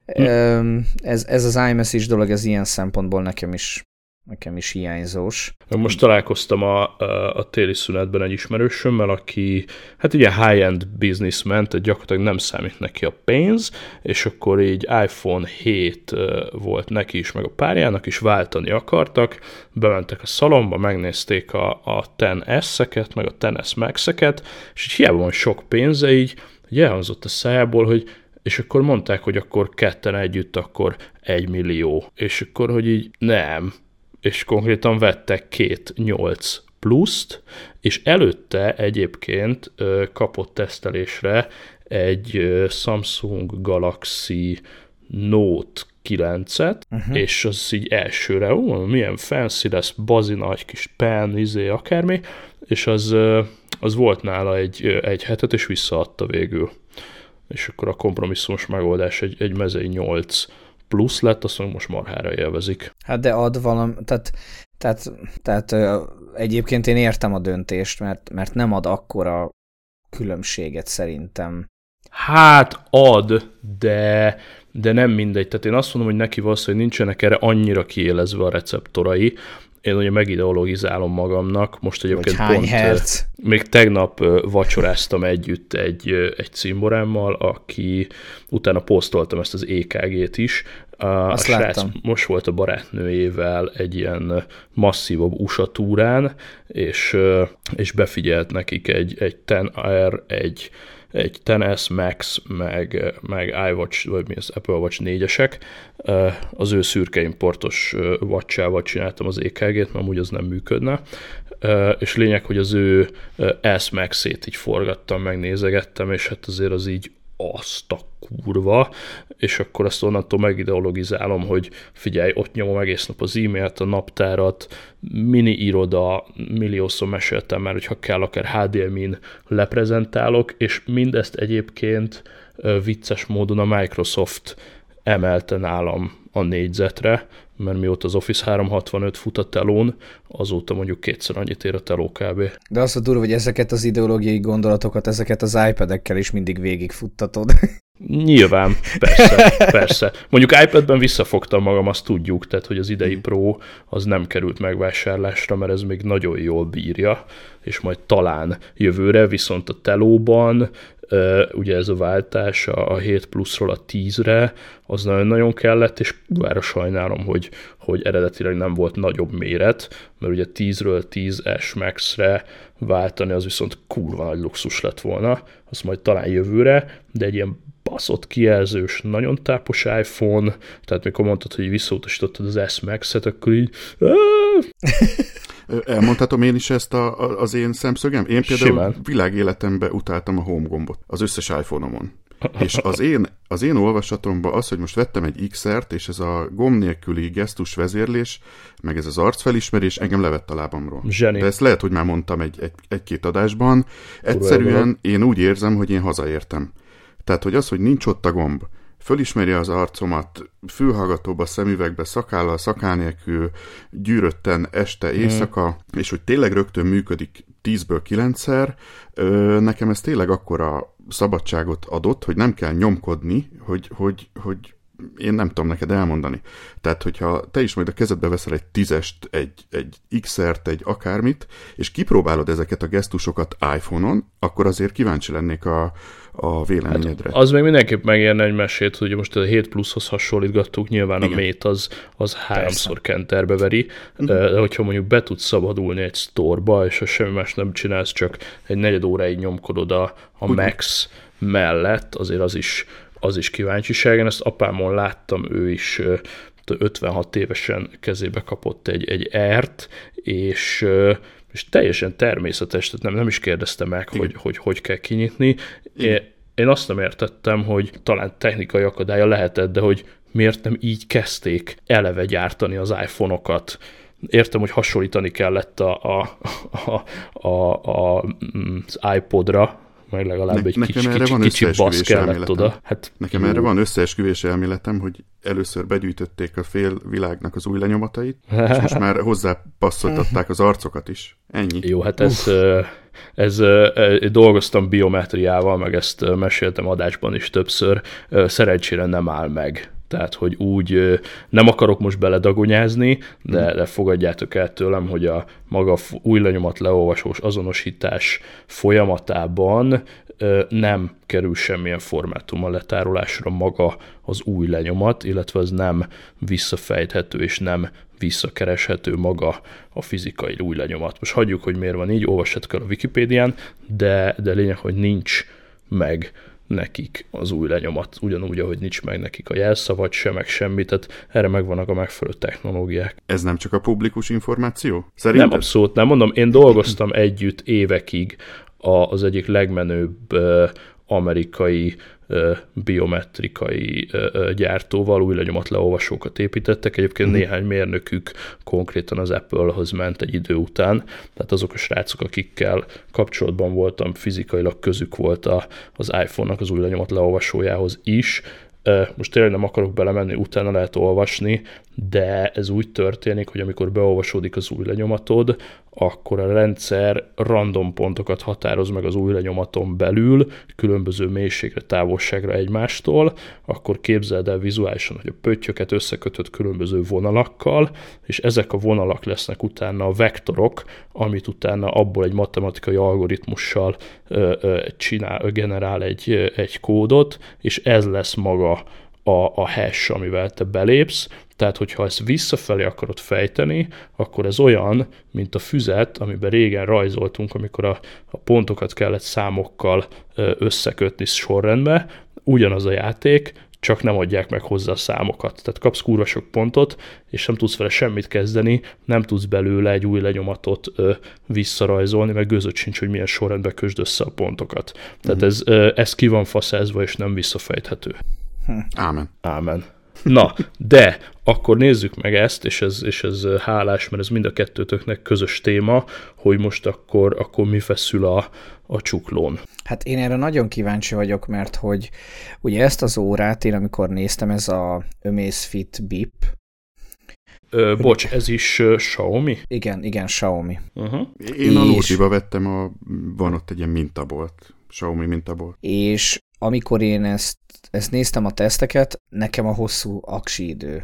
ez az iMessage dolog, ez ilyen szempontból nekem is hiányzós. Most találkoztam a téli szünetben egy ismerősömmel, aki hát ugye high-end businessman, tehát gyakorlatilag nem számít neki a pénz, és akkor így iPhone 7 volt neki is, meg a párjának is, váltani akartak, bementek a szalomba, megnézték a XS-eket, meg a XS Max-eket, és így hiába van sok pénze, így elhangzott a szájából, hogy és akkor mondták, hogy akkor ketten együtt, akkor 1 millió. És akkor, hogy így nem. És konkrétan vettek 8 pluszt, és előtte egyébként kapott tesztelésre egy Samsung Galaxy Note 9-et, és az így elsőre, milyen fancy lesz, bazi nagy kis pen, akármi, és az volt nála egy hetet, és visszaadta végül. És akkor a kompromisszumos megoldás egy mezei 8 plusz lett, azt mondjuk most marhára élvezik. Hát de ad valami, tehát egyébként én értem a döntést, mert nem ad akkora különbséget szerintem. Hát ad, de nem mindegy. Tehát én azt mondom, hogy neki valószínűleg nincsenek erre annyira kiélezve a receptorai. Én ugye megideologizálom magamnak. Most egyébként hány herc? Még tegnap vacsoráztam együtt egy cimborámmal, aki utána posztoltam ezt az EKG-t is. A srác most volt a barátnőjével egy ilyen masszívabb USA túrán, és befigyelt nekik egy 10R, egy 10S Max, meg iWatch, vagy mi az Apple Watch 4-esek. Az ő szürke importos watchával csináltam az EKG-t, mert amúgy az nem működne. És lényeg, hogy az ő S Max-ét így forgattam, megnézegettem, és hát azért az így azt a kurva, és akkor azt onnantól megideologizálom, hogy figyelj, ott nyomom egész nap az e-mailt, a naptárat, mini iroda, milliószor meséltem már, hogyha kell, akár HDMI-n leprezentálok, és mindezt egyébként vicces módon a Microsoft emelte nálam a négyzetre, mert mióta az Office 365 fut a telón, azóta mondjuk 2-szer annyit ér a teló kb. De az a durva, hogy ezeket az ideológiai gondolatokat, ezeket az iPad-ekkel is mindig végigfuttatod. Nyilván, persze. Mondjuk iPad-ben visszafogtam magam, azt tudjuk, tehát hogy az idei Pro az nem került megvásárlásra, mert ez még nagyon jól bírja, és majd talán jövőre, viszont a telóban ugye ez a váltás a 7 pluszról a 10-re, az nagyon-nagyon kellett, és bár sajnálom, hogy eredetileg nem volt nagyobb méret, mert ugye 10-ről 10S Max-re váltani, az viszont kurva nagy luxus lett volna, az majd talán jövőre, de egy ilyen baszott kijelzős, nagyon tápos iPhone, tehát mikor mondtad, hogy visszautasítottad az S Max-et, akkor így... Elmondhatom én is ezt az én szemszögem? Én például világéletemben utáltam a home gombot az összes iPhone-omon. És az én olvasatomban az, hogy most vettem egy XR-t, és ez a gomb nélküli gesztus vezérlés, meg ez az arcfelismerés engem levett a lábamról. Zseni. De ezt lehet, hogy már mondtam egy-két adásban. Egyszerűen én úgy érzem, hogy én hazaértem. Tehát, hogy az, hogy nincs ott a gomb, fölismeri az arcomat, fülhallgatóba, szemüvegbe, szakállal, szakál nélkül, gyűrötten este, éjszaka, és hogy tényleg rögtön működik 10-ből 9-szer, nekem ez tényleg akkora szabadságot adott, hogy nem kell nyomkodni, hogy én nem tudom neked elmondani. Tehát, hogyha te is majd a kezedbe veszel egy 10-est, egy XR-t, egy akármit, és kipróbálod ezeket a gesztusokat iPhone-on, akkor azért kíváncsi lennék a véleményedre. Hát az még mindenképp megérne egy mesét, hogy most a 7 pluszhoz hasonlítgattuk, nyilván igen. A Mate az háromszor kenterbe veri, de hogyha mondjuk be tudsz szabadulni egy sztorba, és ha semmi más nem csinálsz, csak egy negyed óráig nyomkodod a Max mellett, azért az is kíváncsiság. Én ezt apámon láttam, ő is 56 évesen kezébe kapott egy R-t, és teljesen természetes, tehát nem is kérdeztem meg, hogy kell kinyitni. Én azt nem értettem, hogy talán technikai akadálya lehetett, de hogy miért nem így kezdték eleve gyártani az iPhone-okat. Értem, hogy hasonlítani kellett az iPodra, meg legalább egy kicsi bassz kellett oda. Hát, nekem erre van összeesküvés elméletem, hogy először begyűjtötték a fél világnak az új lenyomatait, és most már hozzápasszoltatták az arcokat is. Ennyi. Jó, hát ez dolgoztam biometriával, meg ezt meséltem adásban is többször, szerencsére nem áll meg. Tehát, hogy úgy nem akarok most beledagonyázni, de fogadjátok el tőlem, hogy a maga új lenyomat leolvasós azonosítás folyamatában nem kerül semmilyen formátummal letárolásra maga az új lenyomat, illetve az nem visszafejthető és nem visszakereshető maga a fizikai új lenyomat. Most hagyjuk, hogy miért van így, olvassatok el a Wikipédián, de lényeg, hogy nincs meg nekik az új lenyomat, ugyanúgy, ahogy nincs meg nekik a jelszavad se, meg semmi, tehát erre megvannak a megfelelő technológiák. Ez nem csak a publikus információ? Szerinted? Nem, abszolút nem. Mondom, én dolgoztam együtt évekig az egyik legmenőbb amerikai biometrikai gyártóval, új lenyomat leolvasókat építettek. Egyébként néhány mérnökük konkrétan az Apple-hoz ment egy idő után, tehát azok a srácok, akikkel kapcsolatban voltam, fizikailag közük volt az iPhone-nak az új lenyomat leolvasójához is. Most tényleg nem akarok belemenni, utána lehet olvasni, de ez úgy történik, hogy amikor beolvasódik az új lenyomatod, akkor a rendszer random pontokat határoz meg az új lenyomaton belül, különböző mélységre, távolságra egymástól, akkor képzeld el vizuálisan, hogy a pöttyöket összekötött különböző vonalakkal, és ezek a vonalak lesznek utána a vektorok, amit utána abból egy matematikai algoritmussal generál egy kódot, és ez lesz maga a hash, amivel te belépsz. Tehát, hogyha ezt visszafelé akarod fejteni, akkor ez olyan, mint a füzet, amiben régen rajzoltunk, amikor a pontokat kellett számokkal összekötni sorrendbe. Ugyanaz a játék, csak nem adják meg hozzá a számokat. Tehát kapsz kurva sok pontot, és nem tudsz vele semmit kezdeni, nem tudsz belőle egy új lenyomatot visszarajzolni, meg gőzöd sincs, hogy milyen sorrendben kösd össze a pontokat. Tehát ez ki van faszázva, és nem visszafejthető. Ámen. Na, de akkor nézzük meg ezt, és ez hálás, mert ez mind a kettőtöknek közös téma, hogy most akkor mi feszül a csuklón. Hát én erre nagyon kíváncsi vagyok, mert hogy ugye ezt az órát én amikor néztem, ez a Amazfit Bip. Bocs, ez is Xiaomi? Igen, Xiaomi. Én a Lótiba vettem, van ott egy ilyen mintabolt, Xiaomi mintabolt. És amikor én ezt néztem a teszteket, nekem a hosszú aksi idő.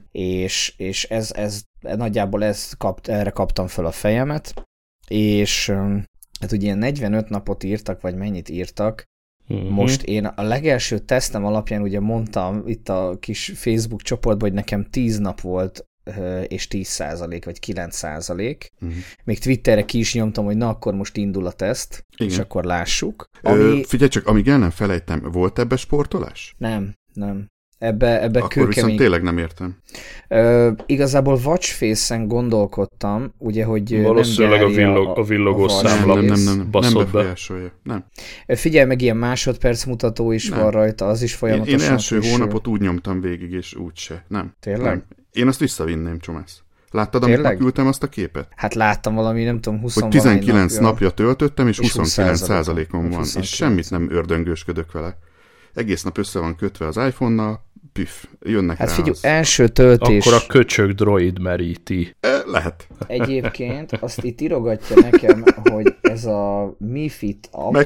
És ez nagyjából erre kaptam föl a fejemet, és hát ugye 45 napot írtak, vagy mennyit írtak. Most én a legelső tesztem alapján ugye mondtam itt a kis Facebook csoportban, hogy nekem 10 nap volt, és 10% vagy 9%. Még Twitterre ki is nyomtam, hogy na akkor most indul a teszt, és akkor lássuk. Figyelj csak, amíg el nem felejtem, volt ebbe sportolás? Nem. Ebbe akkor kőkemény... viszont tényleg nem értem. Igazából watchface-en gondolkodtam, ugye, hogy valószínűleg a villogó számlap nem befolyásolja. Nem. Figyelj meg, ilyen másodperc mutató is van rajta, az is folyamatosan. Én első hónapot úgy nyomtam végig, és úgyse. Nem. Tényleg? Nem. Én azt visszavinném, Csomász. Láttad, amikor küldtem azt a képet? Hát láttam valami, nem tudom, 20 hogy 19 napja töltöttem, és 29%-on van, és semmit nem ördöngősködök vele. Egész nap össze van kötve az iPhone-nal, püff, jönnek hát rá. Hát figyelj, első töltés... Akkor a köcsög droid meríti. Lehet. Egyébként azt itt írogatja nekem, hogy ez a Mi Fit app,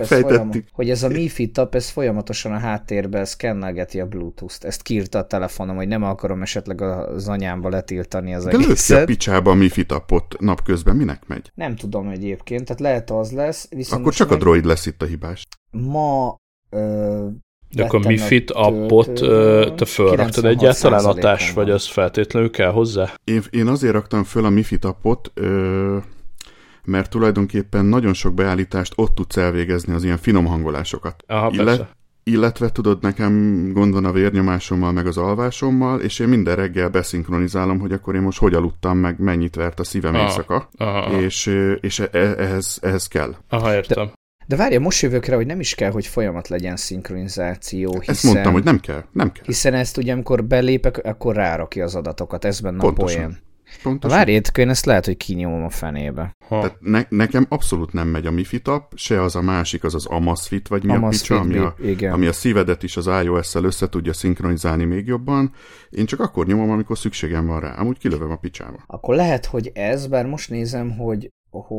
ez folyamatosan a háttérben szkennelgeti a Bluetooth-t. Ezt kiírta a telefonom, hogy nem akarom esetleg az anyámba letiltani az egészet. De lőszi a picsába a Mi Fit appot napközben, minek megy? Nem tudom egyébként, tehát lehet az lesz. Viszont akkor csak a droid lesz itt a hibás. Ma... De akkor Mi Fit appot te fölraktad egyáltalán adás, vagy az feltétlenül kell hozzá? Én azért raktam föl a Mi Fit appot, mert tulajdonképpen nagyon sok beállítást ott tudsz elvégezni, az ilyen finom hangolásokat. Illetve tudod, nekem gond van a vérnyomásommal, meg az alvásommal, és én minden reggel beszinkronizálom, hogy akkor én most hogy aludtam, meg mennyit vert a szívem éjszaka, és ehhez kell. Aha, értem. De várja, most jövök rá, hogy nem is kell, hogy folyamat legyen szinkronizáció, hiszen... Ezt mondtam, hogy nem kell. Hiszen ezt ugye, amikor belépek, akkor rárakja az adatokat, ez benne a poén. Pontosan. Várj, én ezt lehet, hogy kinyomom a fenébe. Tehát nekem abszolút nem megy a Mi Fit app, se az a másik, az Amazfit, vagy mi a picsa, ami a szívedet is az iOS-szel össze tudja szinkronizálni még jobban. Én csak akkor nyomom, amikor szükségem van rá. Amúgy kilövöm a picsába. Akkor lehet, hogy ez, bár most nézem, hogy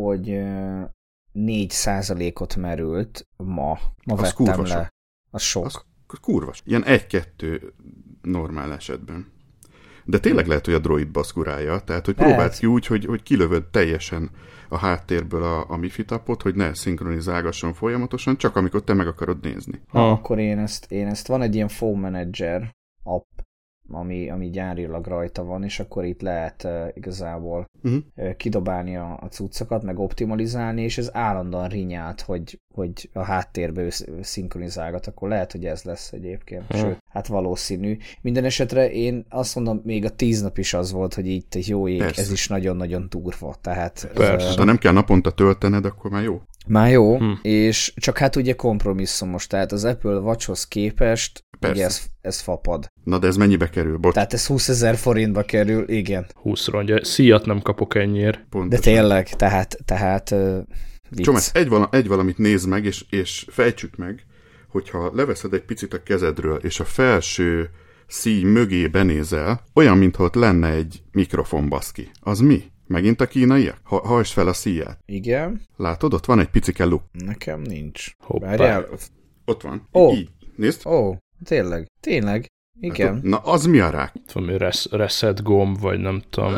4%-ot merült ma az vettem le. Az sok. Az kurvas. Ilyen 1-2 normál esetben. De tényleg lehet, hogy a droid baszkurálja, tehát hogy próbáld ki úgy, hogy kilövöd teljesen a háttérből a Mi Fit appot, hogy ne szinkronizálgasson folyamatosan, csak amikor te meg akarod nézni. Akkor én ezt van egy ilyen Phone Manager app, ami gyárilag rajta van, és akkor itt lehet igazából kidobálni a cuccokat, meg optimalizálni, és ez állandóan rinyált, hogy a háttérbe szinkronizálgat, akkor lehet, hogy ez lesz egyébként. Sőt, hát valószínű. Minden esetre én azt mondom, még a 10 nap is az volt, hogy így te jó ég, ez is nagyon-nagyon durva. Tehát, ha nem kell naponta töltened, akkor már jó. Már jó, és csak hát ugye kompromisszumos, tehát az Apple Watchhoz képest ugye ez fapad. Na de ez mennyibe kerül? Tehát ez 20 000 forintba kerül, igen. 20 rongyra. Szíjat nem kapok ennyiért. De tényleg, tehát vicc. Csomás, egy valamit nézd meg, és fejtsük meg, hogyha leveszed egy picit a kezedről, és a felső szíj mögé benézel, olyan, mintha ott lenne egy mikrofon, baszki. Az mi? Megint a kínaiak? Hajtsd fel a szíját. Igen. Látod, ott van egy picike luk. Nekem nincs. Hoppá. Ott van. Ó. Így. Nézd. Ó, tényleg. Igen. Hát, na, az mi a rák? Valami reset gomb, vagy nem tudom.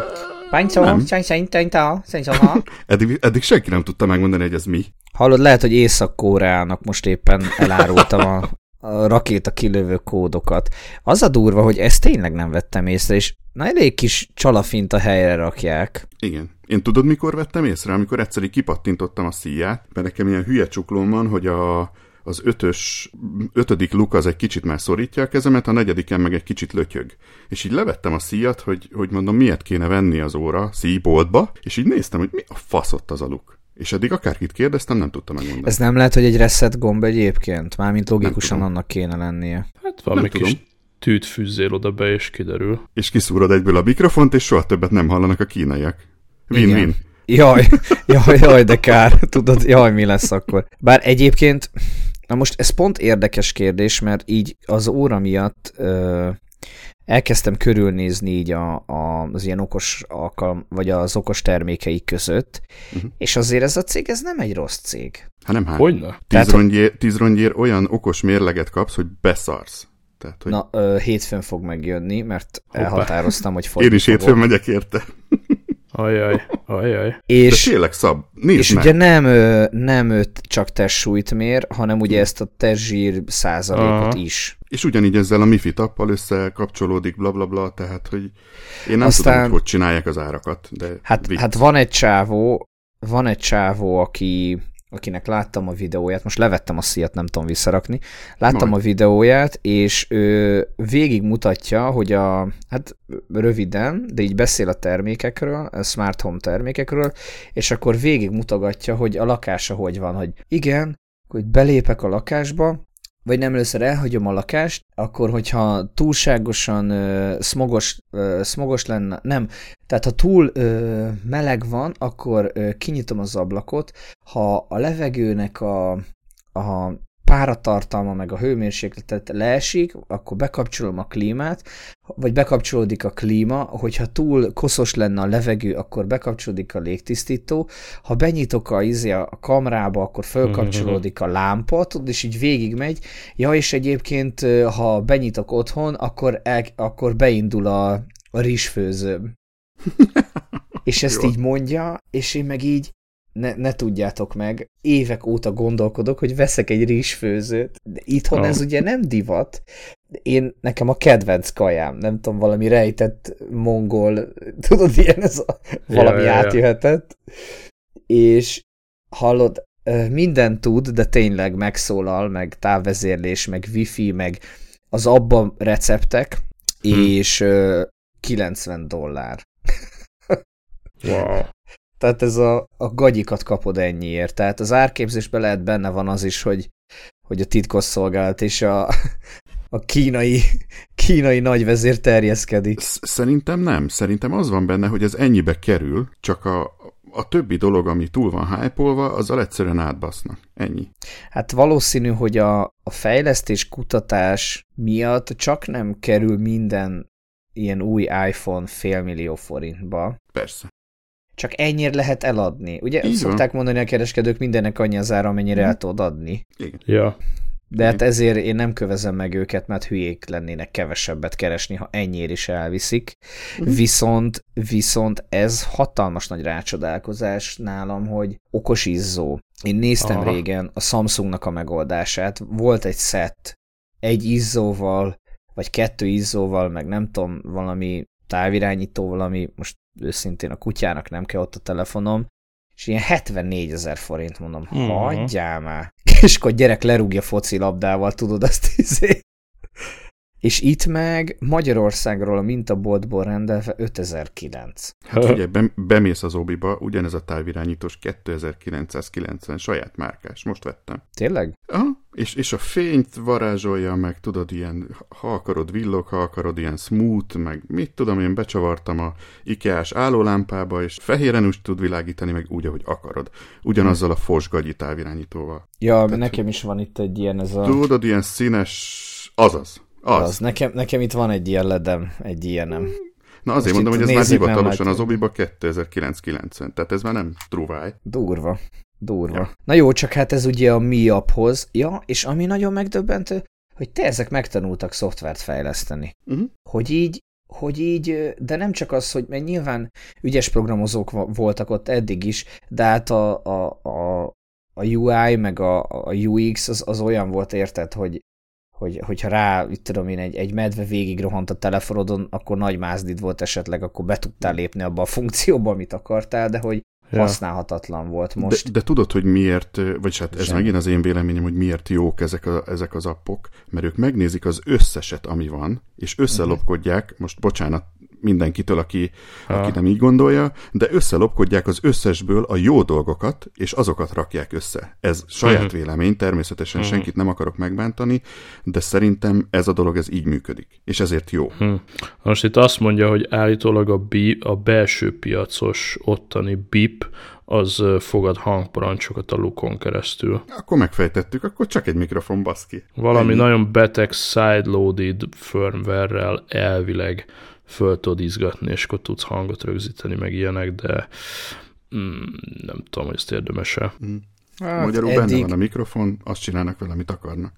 Eddig senki nem tudta megmondani, hogy ez mi. Hallod, lehet, hogy Észak-Koreának most éppen elárultam a rakéta kilövő kódokat. Az a durva, hogy ezt tényleg nem vettem észre, és na elég kis csalafint a helyre rakják. Igen. Én tudod, mikor vettem észre? Amikor egyszer kipattintottam a szíját, mert nekem ilyen hülye csuklóm van, hogy az ötödik luk az egy kicsit már szorítja a kezemet, a negyediken meg egy kicsit lötyög. És így levettem a szíjat, hogy mondom, miért kéne venni az óra szíjboltba, és így néztem, hogy mi a fasz ott az a luk. És eddig akárkit kérdeztem, nem tudtam megmondani. Ez nem lehet, hogy egy reset gomb egyébként? Mármint logikusan annak kéne lennie. Hát valami kis tűt fűzzél oda be, és kiderül. És kiszúrod egyből a mikrofont, és soha többet nem hallanak a kínaiak. Win-win. Jaj, de kár. Tudod, mi lesz akkor. Bár egyébként, na most ez pont érdekes kérdés, mert így az óra miatt elkezdtem körülnézni így az ilyen okos vagy az okos termékeik között, és azért ez a cég, ez nem egy rossz cég. Hát nem, Hogyne? 10 rongyér olyan okos mérleget kapsz, hogy beszarsz. Tehát, hogy... Na, hétfőn fog megjönni, mert elhatároztam, hogy Én is hétfőn megyek érte. Ajaj. És, de tényleg szab, nézd és meg. ugye nem csak testsúlyt mér, hanem ugye ezt a testzsír százalékot is. És ugyanígy ezzel a MiFi tappal összekapcsolódik, blablabla, tehát, hogy én nem tudom, hogy csinálják az árakat, de Hát van egy csávó, akinek láttam a videóját, most levettem a szíjat, nem tudom visszarakni, láttam a videóját, és ő végig mutatja, hogy hát röviden, de így beszél a termékekről, a smart home termékekről, és akkor végig mutogatja, hogy a lakása hogy van, hogy igen, hogy belépek a lakásba, vagy nem először elhagyom a lakást, akkor, hogyha túlságosan smogos lenne, nem, tehát ha túl meleg van, akkor kinyitom az ablakot, ha a levegőnek a páratartalma meg a hőmérsékletet leesik, akkor bekapcsolom a klímát, vagy bekapcsolódik a klíma, hogyha túl koszos lenne a levegő, akkor bekapcsolódik a légtisztító, ha benyitok a kamrába, akkor fölkapcsolódik a lámpa, és így végigmegy. Ja, és egyébként, ha benyitok otthon, akkor beindul a rizsfőzőm. És ezt így mondja, és én meg így ne tudjátok meg, évek óta gondolkodok, hogy veszek egy rizsfőzőt. De itthon ez ugye nem divat. Nekem a kedvenc kajám, nem tudom, valami rejtett mongol, tudod, ilyen ez valami átjöhetett. És hallod, mindent tud, de tényleg megszólal, meg távvezérlés, meg wifi, meg az abban receptek, és $90. Wow. Tehát ez a gagyikat kapod ennyiért. Tehát az árképzésben lehet benne van az is, hogy a titkosszolgálat és a kínai nagyvezér terjeszkedik. Szerintem nem. Szerintem az van benne, hogy ez ennyibe kerül, csak a többi dolog, ami túl van hype-olva, azzal egyszerűen átbasznak. Ennyi. Hát valószínű, hogy a fejlesztés kutatás miatt csak nem kerül minden ilyen új iPhone $500 000 Persze. Csak ennyire lehet eladni. Ugye így szokták van mondani a kereskedők, mindennek annyi az ára, amennyire el tudod adni. Igen. Ja. De hát ezért én nem kövezem meg őket, mert hülyék lennének kevesebbet keresni, ha ennyire is elviszik. Viszont ez hatalmas nagy rácsodálkozás nálam, hogy okos izzó. Én néztem régen a Samsungnak a megoldását. Volt egy set, egy izzóval, vagy 2 izzóval, meg nem tudom, valami távirányítóval, ami most őszintén a kutyának nem kell ott a telefonom, és ilyen 74 000 forint, mondom, hagyjál már. És akkor a gyerek lerúgja focilabdával, tudod azt És itt meg Magyarországról a mintaboltból rendelve 5009. Hát ugye bemész az Obiba, ugyanez a távirányítós 2990 saját márkás, most vettem. Tényleg? Aha, és a fényt varázsolja, meg tudod, ilyen, ha akarod villog, ha akarod ilyen smooth, meg mit tudom, én becsavartam a IKEA-s állólámpába, és fehéren úgy tud világítani, meg úgy, ahogy akarod. Ugyanazzal a fosgagyi távirányítóval. Ja, tehát, nekem is van itt egy ilyen, ez a... Tudod, ilyen színes, azaz. Az. Nekem itt van egy ilyen ledem, egy ilyenem. Na azért mondom, hogy ez már hivatalosan az obiba 2009-90, tehát ez már nem truváj. Durva. Ja. Na jó, csak hát ez ugye a Mi apphoz. Ja, és ami nagyon megdöbbentő, hogy ezek megtanultak szoftvert fejleszteni. Hogy így, de nem csak az, hogy mert nyilván ügyes programozók voltak ott eddig is, de hát a UI meg a UX az olyan volt, érted, hogyha rá, itt tudom én, egy medve végig rohant a telefonodon, akkor nagy mázdid volt esetleg, akkor be tudtál lépni abba a funkcióba, amit akartál, de hogy használhatatlan volt most. De tudod, hogy miért, vagyis hát ez megint az én véleményem, hogy miért jók ezek az appok, mert ők megnézik az összeset, ami van, és összelopkodják, most bocsánat mindenkitől, aki nem így gondolja, de összelopkodják az összesből a jó dolgokat, és azokat rakják össze. Ez saját vélemény, természetesen senkit nem akarok megbántani, de szerintem ez a dolog, ez így működik, és ezért jó. Most itt azt mondja, hogy állítólag a belső piacos ottani BIP, az fogad hangparancsokat a lukon keresztül. Akkor megfejtettük, akkor csak egy mikrofon, baszki. Valami nagyon beteg sideloaded firmware-rel elvileg föl tudod izgatni, és akkor tudsz hangot rögzíteni, meg ilyenek, de nem tudom, hogy ezt érdemes-e. Magyarul benne van a mikrofon, azt csinálnak vele, amit akarnak.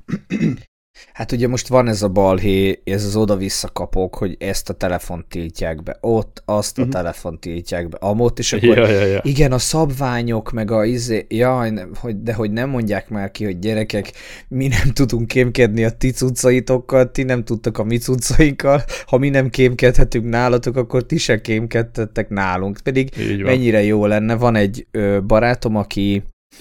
Hát ugye most van ez a balhé, ez az oda-vissza kapok, hogy ezt a telefont tiltják be, ott azt a telefont tiltják be, amott, és akkor igen, a szabványok, meg de hogy nem mondják már ki, hogy gyerekek, mi nem tudunk kémkedni a ti cuccaitokkal, ti nem tudtak a mi cuccainkkal, ha mi nem kémkedhetünk nálatok, akkor ti se kémkedtettek nálunk, pedig mennyire jó lenne. Van egy barátom, aki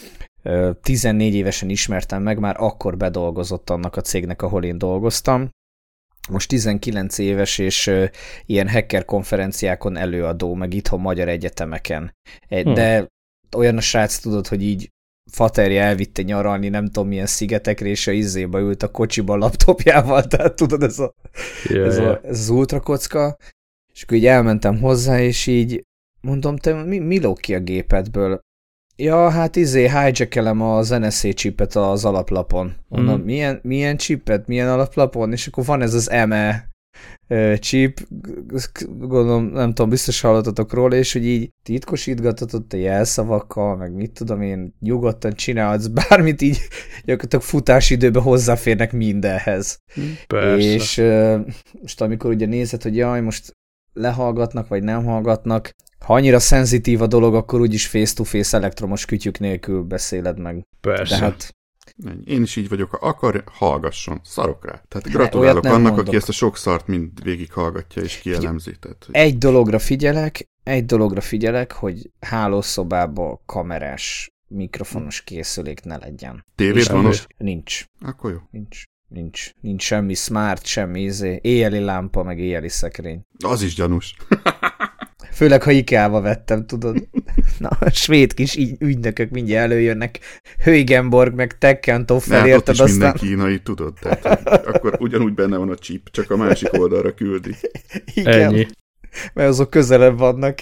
14 évesen ismertem meg, már akkor bedolgozott annak a cégnek, ahol én dolgoztam. Most 19 éves, és ilyen hacker konferenciákon előadó, meg itthon magyar egyetemeken. De olyan a srác, tudod, hogy így faterja elvitte nyaralni, nem tudom milyen szigetekre, és a izzéba ült a kocsiba a laptopjával, tehát tudod, ez az ultrakocka. És akkor így elmentem hozzá, és így mondom, te mi lóg ki a gépedből? Ja, hát hijackelem az NSA chipet az alaplapon. Mondom, milyen chipet, milyen alaplapon? És akkor van ez az ME chip, gondolom, nem tudom, biztos hallottatok róla, és hogy így titkosítgatatott a jelszavakkal, meg mit tudom én, nyugodtan csinálhatsz bármit, így gyakorlatilag futásidőben hozzáférnek mindenhez. Persze. És most amikor ugye nézed, hogy jaj, most lehallgatnak, vagy nem hallgatnak, ha annyira szenzitív a dolog, akkor úgyis face-to-face elektromos kütyük nélkül beszéled meg. Persze. Tehát... Én is így vagyok, ha akar, hallgasson, szarok rá. Tehát gratulálok annak, mondok. Aki ezt a sok szart mind végig hallgatja és kielemzi. Tehát, hogy... Egy dologra figyelek, hogy hálószobában kamerás, mikrofonos készülék ne legyen. Tévéd van most? Nincs. Akkor jó. Nincs semmi smart, semmi éjjeli lámpa, meg éjjeli szekrény. Az is gyanús. Főleg, ha IKEA-ba vettem, tudod. Na, a svéd kis ügynökök mindjárt előjönnek. Huygenborg, meg Tekkentov felérted, aztán... minden kínai, tudod. Tehát, akkor ugyanúgy benne van a chip, csak a másik oldalra küldi. Igen, ennyi. Mert azok közelebb vannak.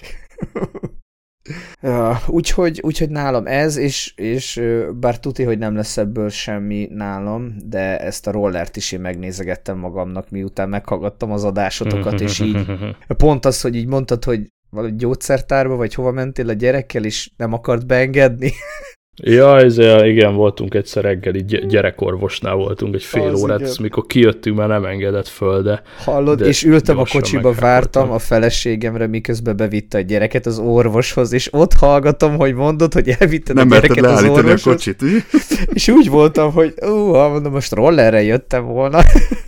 Ja, úgyhogy nálam ez, és bár tuti, hogy nem lesz ebből semmi nálam, de ezt a rollert is én megnézegettem magamnak, miután meghallgattam az adásotokat, és így pont az, hogy így mondtad, hogy valahogy gyógyszertárba, vagy hova mentél a gyerekkel, és nem akart beengedni. Ja, igen, voltunk egyszer reggel, így gyerekorvosnál voltunk egy fél órát, ezt mikor kijöttünk, már nem engedett föl, de... Hallod, és ültem a kocsiba, vártam a feleségemre, miközben bevitte a gyereket az orvoshoz, és ott hallgatom, hogy mondod, hogy elvitted a gyereket az orvoshoz. A kocsit, és úgy voltam, hogy mondom, most rollerre jöttem volna.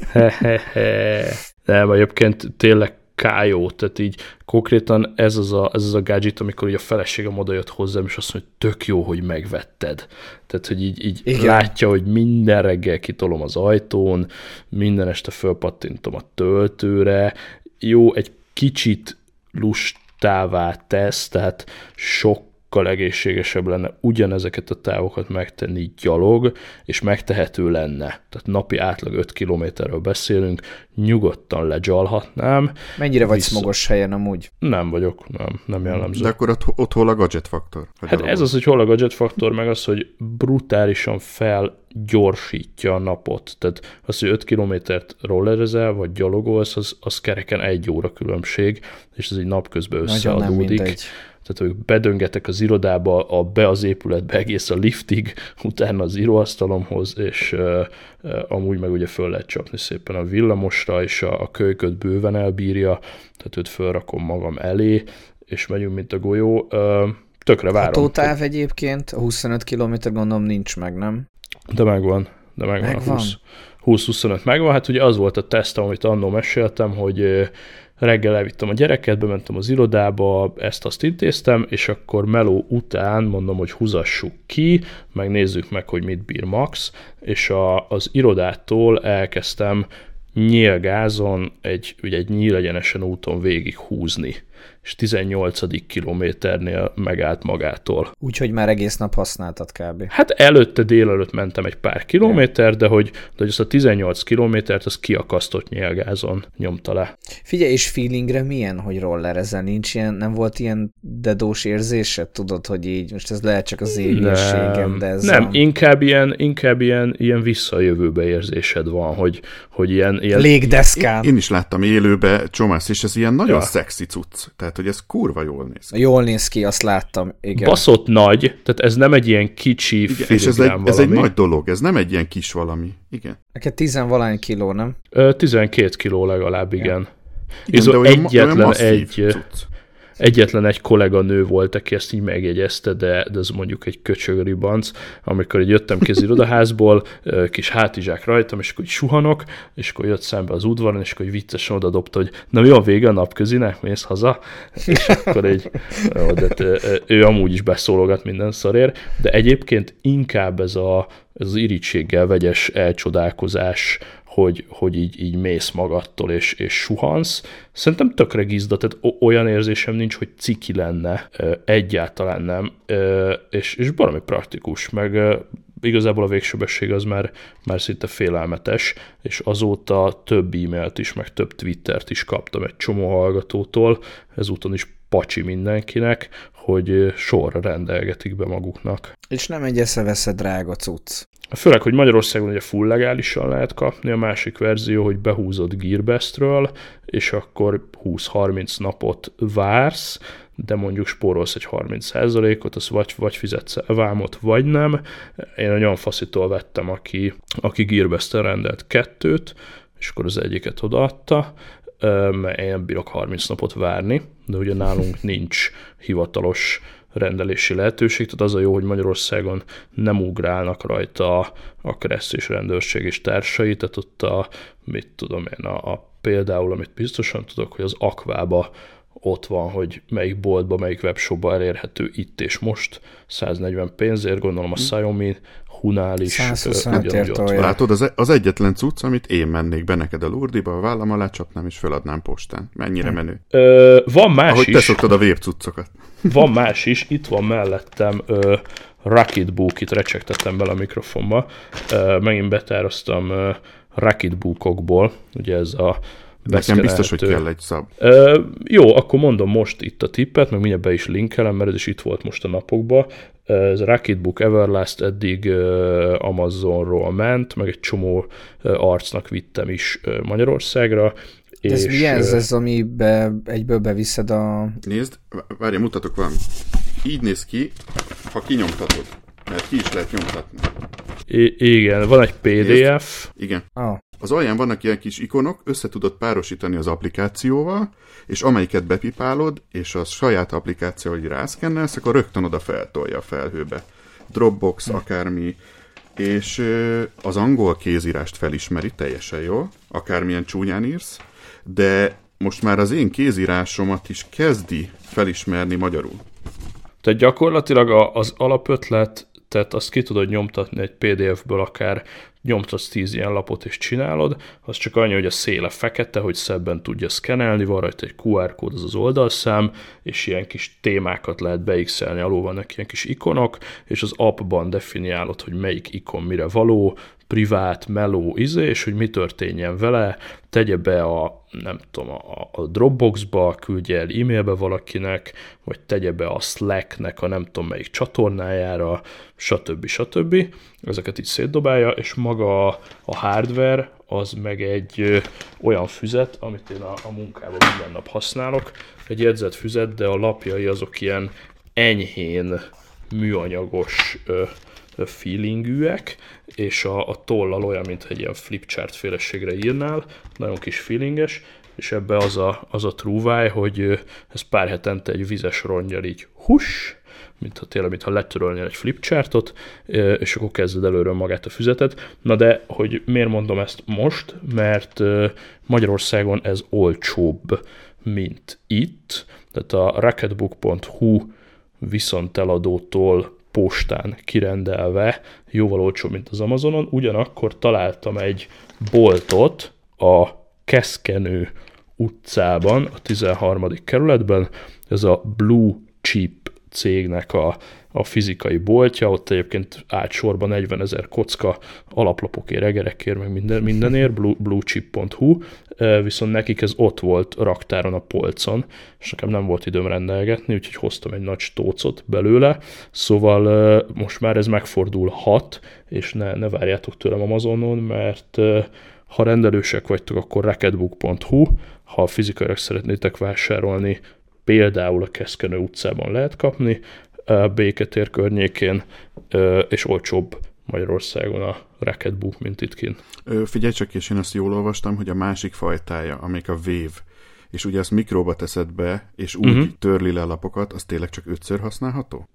Nem, egyébként tényleg kájó, tehát így konkrétan ez az a gadget, amikor így a feleségem odajött hozzám, és azt mondja, hogy tök jó, hogy megvetted. Tehát, hogy így látja, hogy minden reggel kitolom az ajtón, minden este fölpattintom a töltőre, jó, egy kicsit lustává tesz, tehát sokkal egészségesebb lenne ugyanezeket a távokat megtenni gyalog, és megtehető lenne. Tehát napi átlag 5 kilométerről beszélünk, nyugodtan legyalhatnám. Mennyire vagy smogos helyen amúgy? Nem vagyok, nem jellemző. De akkor ott hol a gadget faktor? Hát ez az, hogy hol a gadget faktor, meg az, hogy brutálisan felgyorsítja a napot. Tehát az, hogy 5 kilométert rollerezel, vagy gyalogolsz, az kereken 1 óra különbség, és ez egy napközben összeadódik. Tehát, hogy bedöngetek az irodába, be az épületbe egész a liftig, utána az íróasztalomhoz, és amúgy meg ugye föl lehet csapni szépen a villamosra, és a kölyköt bőven elbírja, tehát őt fölrakom magam elé, és megyünk, mint a golyó. Tökre várom. Hatótáv egyébként, a 25 km gondolom nincs meg, nem? De megvan. A 20-25 megvan. Hát ugye az volt a teszt, amit annól meséltem, hogy reggel elvittem a gyereket, bementem az irodába, ezt-azt intéztem, és akkor meló után mondom, hogy húzassuk ki, meg nézzük meg, hogy mit bír max, és az irodától elkezdtem nyílgázon egy nyílegyenesen úton végig húzni, és 18. kilométernél megállt magától. Úgyhogy már egész nap használtad kb. Hát délelőtt mentem egy pár kilométer, de hogy azt a 18 kilométert az kiakasztott nyílgázon nyomta le. Figyelj, és feelingre milyen, hogy rollerezel? Nincs ilyen, nem volt ilyen dedós érzésed? Tudod, hogy így, most ez lehet csak az éhségem, de ez nem, inkább ilyen visszajövőbe érzésed van, hogy ilyen légdeszkán. Én is láttam élőbe, Csomász, és ez ilyen nagyon szexi cucc. Tehát, hogy ez kurva jól néz ki. Jól néz ki, azt láttam, igen. Baszott nagy, tehát ez nem egy ilyen kicsi és ez egy nagy dolog, ez nem egy ilyen kis valami. Igen. Neked 10-valány kiló, nem? 12 kiló legalább, igen. Igen, de olyan Egyetlen egy kolléganő volt, aki ezt így megjegyezte, de ez mondjuk egy köcsög ribanc, amikor így jöttem ki az irodaházból, kis hátizsák rajtam, és akkor így suhanok, és akkor jött szembe az udvaron, és akkor így viccesen odadobta, hogy na mi a vége a napközinek, mész haza? És akkor így, ő amúgy is beszólogat minden szarért, de egyébként inkább ez az irítséggel vegyes elcsodálkozás, hogy így mész magadtól, és suhansz. Szerintem tökre gizda, tehát olyan érzésem nincs, hogy ciki lenne, egyáltalán nem, és valami praktikus, meg igazából a végsebesség az már szinte félelmetes, és azóta több e-mailt is, meg több Twittert is kaptam egy csomó hallgatótól, ezúton is pacsi mindenkinek, hogy sorra rendelgetik be maguknak. És nem egy eszeveszed drága cucc. Főleg, hogy Magyarországon ugye full legálisan lehet kapni, a másik verzió, hogy behúzod Gearbestről, és akkor 20-30 napot vársz, de mondjuk spórolsz egy 30%-ot, az vagy fizetsz vámot, vagy nem. Én nagyon faszitól vettem, aki Gearbest-tel rendelt 2, és akkor az egyiket odaadta, mert én nem bírok 30 napot várni, de ugye nálunk nincs hivatalos rendelési lehetőség, tehát az a jó, hogy Magyarországon nem ugrálnak rajta a kereszt és rendőrség és társai, tehát ott például, amit biztosan tudok, hogy az Aquába ott van, hogy melyik boltba, melyik webshopba elérhető itt és most, 140 pénzért, gondolom a Xiaomi, Hunál is. 125-ért olyan. Látod, az egyetlen cucc, amit én mennék be neked a Lurdiba, a vállam alá csapnám és feladnám postán. Mennyire menő? Van más ahogy is. Ahogy te szoktad a vércuccokat. Van más is, itt van mellettem Rocketbook, itt recsegtettem bele a mikrofonba. Megint betároztam Rocketbookokból, ugye ez a nekem biztos, hogy kell egy szab. Jó, akkor mondom most itt a tippet, meg mindjárt be is linkelem, mert ez is itt volt most a napokban. Ez a Rocketbook Everlast eddig Amazonról ment, meg egy csomó arcnak vittem is Magyarországra. De ez mi ez, amibe egyből beviszed a... Nézd, várj, mutatok valamit. Így néz ki, ha kinyomtatod, mert ki is lehet nyomtatni. Igen, van egy PDF. Nézd. Igen. Oh. Az alján vannak ilyen kis ikonok, össze tudod párosítani az applikációval, és amelyiket bepipálod, és a saját applikáció, hogy rászkennelsz, akkor rögtön oda feltolja a felhőbe. Dropbox, akármi, és az angol kézírást felismeri teljesen jól, akármilyen csúnyán írsz, de most már az én kézírásomat is kezdi felismerni magyarul. Tehát gyakorlatilag az alapötlet, tehát azt ki tudod nyomtatni egy PDF-ből akár nyomtatsz 10 ilyen lapot és csinálod, az csak annyi, hogy a széle fekete, hogy szebben tudja szkenelni, van rajta egy QR kód, az az oldalszám, és ilyen kis témákat lehet beixelni, alul vannak ilyen kis ikonok, és az appban definiálod, hogy melyik ikon mire való, privát, meló, és hogy mi történjen vele, tegye be a Dropboxba, küldje el e-mailbe valakinek, vagy tegye be a Slacknek a nem tudom melyik csatornájára, stb. Ezeket így szétdobálja, és maga a hardware az meg egy olyan füzet, amit én a munkában minden nap használok, egy jegyzett füzet, de a lapjai azok ilyen enyhén műanyagos feelingűek, és a tollal olyan, mintha egy ilyen flipchart féleségre írnál, nagyon kis feelinges, és ebbe az a trúváj, hogy ez pár hetente egy vizes rongyal így mintha letörölnél egy flipchartot, és akkor kezded előről magát a füzetet. Na de, hogy miért mondom ezt most? Mert Magyarországon ez olcsóbb, mint itt. Tehát a rocketbook.hu viszonteladótól postán kirendelve jóval olcsóbb, mint az Amazonon. Ugyanakkor találtam egy boltot a Keszkenő utcában, a 13. kerületben, ez a Blue Chip cégnek a fizikai boltja, ott egyébként állt sorban 40 000 kocka alaplapokért, egerekért, meg mindenért, bluechip.hu, viszont nekik ez ott volt raktáron a polcon, és nekem nem volt időm rendelgetni, úgyhogy hoztam egy nagy stócot belőle, szóval most már ez megfordulhat, és ne várjátok tőlem Amazonon, mert ha rendelősek vagytok, akkor rocketbook.hu, ha fizikailag szeretnétek vásárolni, például a Keszkenő utcában lehet kapni, Béketér környékén, és olcsóbb Magyarországon a Rocketbook, mint itt kint. Figyelj csak, és én azt jól olvastam, hogy a másik fajtája, amelyik a Wave, és ugye azt mikróba teszed be, és úgy törli le a lapokat, az tényleg csak 5-ször használható?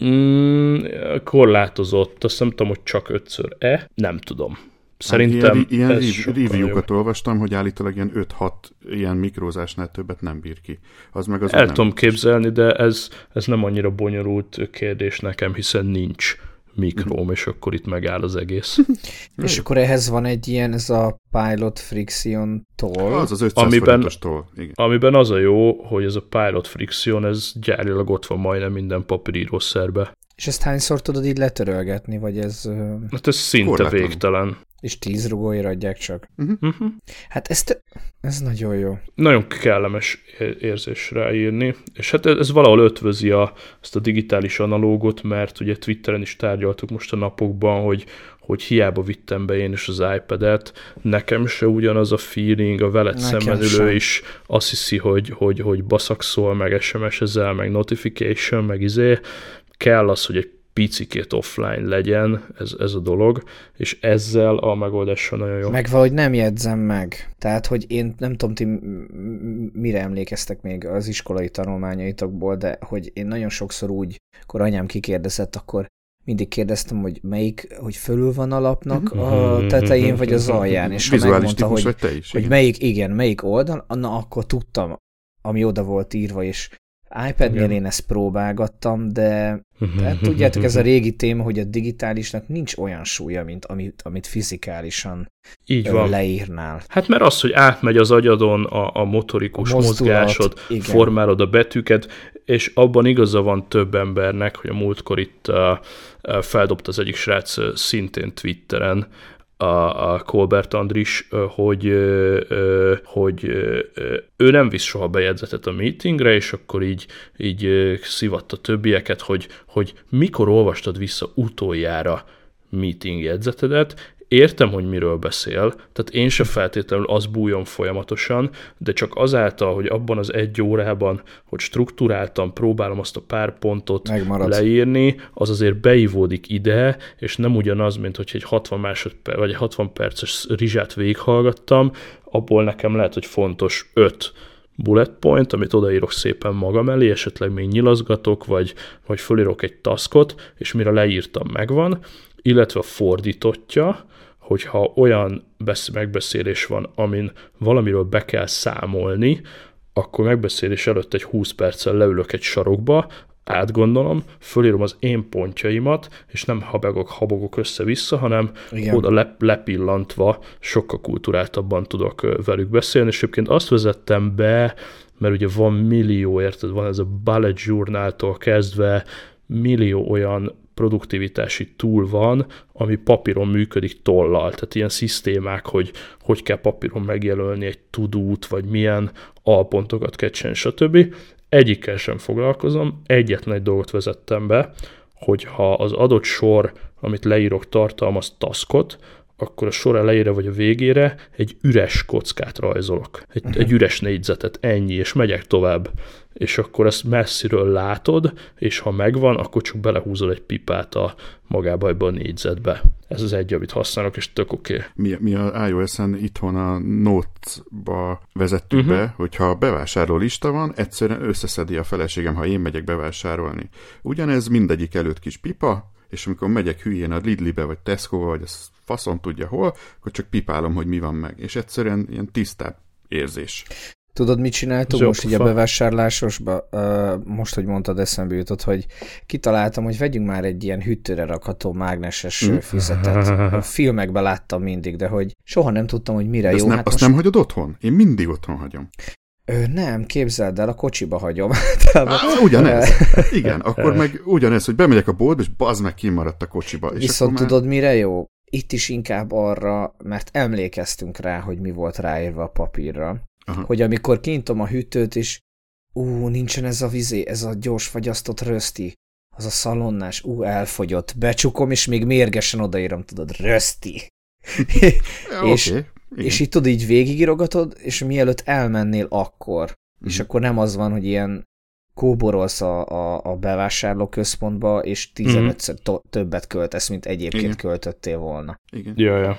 Korlátozott, azt nem tudom, hogy csak 5-ször-e, nem tudom. Szerintem ilyen review-kat olvastam, hogy állítólag ilyen 5-6 ilyen mikrózásnál többet nem bír ki. Az meg az el tudom képzelni, de ez nem annyira bonyolult kérdés nekem, hiszen nincs mikróm, és akkor itt megáll az egész. És akkor ehhez van egy ilyen, ez a Pilot Friction toll. Az 500 forintos toll. Igen. Amiben az a jó, hogy ez a Pilot Friction, ez gyárilag ott van majdnem minden papírírószerbe. És ezt hányszor tudod így letörölgetni, vagy ez... Hát ez szinte korlátlan. Végtelen. És 10 rugóért adják csak. Hát ez nagyon jó. Nagyon kellemes érzés ráírni, és hát ez valahol ötvözi azt a digitális analógot, mert ugye Twitteren is tárgyaltuk most a napokban, hogy hiába vittem be én is az iPad-et, nekem se ugyanaz a feeling, a veled szemben ülő is azt hiszi, hogy baszakszol, meg SMS-ezel, meg notification, meg kell az, hogy egy picikét offline legyen ez a dolog, és ezzel a megoldással nagyon jó. Meg valahogy nem jegyzem meg. Tehát, hogy én nem tudom, ti mire emlékeztek még az iskolai tanulmányaitokból, de hogy én nagyon sokszor úgy, akkor anyám kikérdezett, akkor mindig kérdeztem, hogy hogy fölül van a lapnak a tetején, vagy az alján, és ha megmondta, hogy melyik oldal, na akkor tudtam, ami oda volt írva, és iPad-nél én ezt próbálgattam, de tudjátok, ez a régi téma, hogy a digitálisnak nincs olyan súlya, mint amit fizikálisan így van. Leírnál. Hát mert az, hogy átmegy az agyadon a motorikus mozgásod, formálod a betűket, és abban igaza van több embernek, hogy a múltkor itt feldobta az egyik srác szintén Twitteren, a Colbert Andris, hogy ő nem visz soha bejegyzetet a meetingre, és akkor így szivatta többieket, hogy mikor olvastad vissza utoljára meeting jegyzetedet. Értem, hogy miről beszél, tehát én sem feltétlenül az bújjon folyamatosan, de csak azáltal, hogy abban az 1 órában, hogy struktúráltan próbálom azt a pár pontot leírni, az azért beivódik ide, és nem ugyanaz, mint hogy egy 60 másodperc, vagy egy 60 perces rizsát végighallgattam, abból nekem lehet, hogy fontos 5 bullet point, amit odaírok szépen magam elé, esetleg még nyilazgatok, vagy fölírok egy taskot, és mire leírtam megvan, illetve a fordítottja, hogyha olyan megbeszélés van, amin valamiről be kell számolni, akkor megbeszélés előtt egy 20 perccel leülök egy sarokba, átgondolom, fölírom az én pontjaimat, és nem habogok össze-vissza, hanem igen, oda lepillantva sokkal kulturáltabban tudok velük beszélni, és egyébként azt vezettem be, mert ugye van millió, érted, van ez a Bullet Journal-tól kezdve millió olyan produktivitási tool van, ami papíron működik tollal. Tehát ilyen szisztémák, hogy kell papíron megjelölni egy to-do-t, vagy milyen alpontokat kell csinálni, stb. Egyikkel sem foglalkozom, egyetlen egy dolgot vezettem be, hogy ha az adott sor, amit leírok, tartalmaz taskot, akkor a sor elejére vagy a végére egy üres kockát rajzolok. Egy üres négyzetet, ennyi, és megyek tovább. És akkor ezt messziről látod, és ha megvan, akkor csak belehúzol egy pipát magába ebbe a négyzetbe. Ez az egy, amit használok, és tök oké. Mi a iOS-en itthon a Notes-ba vezettük be, hogyha bevásárló lista van, egyszerűen összeszedi a feleségem, ha én megyek bevásárolni. Ugyanez mindegyik előtt kis pipa, és amikor megyek hülyén a Lidl-be, vagy Tesco-ba, vagy az faszon tudja hol, akkor csak pipálom, hogy mi van meg. És egyszerűen ilyen tisztább érzés. Tudod, mit csináltuk most így a bevásárlásosba? Most, hogy mondtad, eszembe jutott, hogy kitaláltam, hogy vegyünk már egy ilyen hűtőre rakható mágneses füzetet. A filmekben láttam mindig, de hogy soha nem tudtam, hogy mire jó. Azt nem hagyod otthon? Én mindig otthon hagyom. Nem, képzeld el, a kocsiba hagyom. Ugyanez. Igen, akkor meg ugyanez, hogy bemegyek a boltba, és bazd meg kimaradt a kocsiba. És viszont tudod, mire jó? Itt is inkább arra, mert emlékeztünk rá, hogy mi volt ráírva a papírra. Aha. Hogy amikor kinyitom a hűtőt, és nincsen ez a ez a gyors fagyasztott röszti, az a szalonnás, elfogyott, becsukom, és még mérgesen odaírom, tudod, röszti. És így tudod, így végigírogatod, és mielőtt elmennél akkor, és akkor nem az van, hogy ilyen kóborolsz a bevásárlóközpontba, és 15-szer többet költesz, mint egyébként költöttél volna. Igen.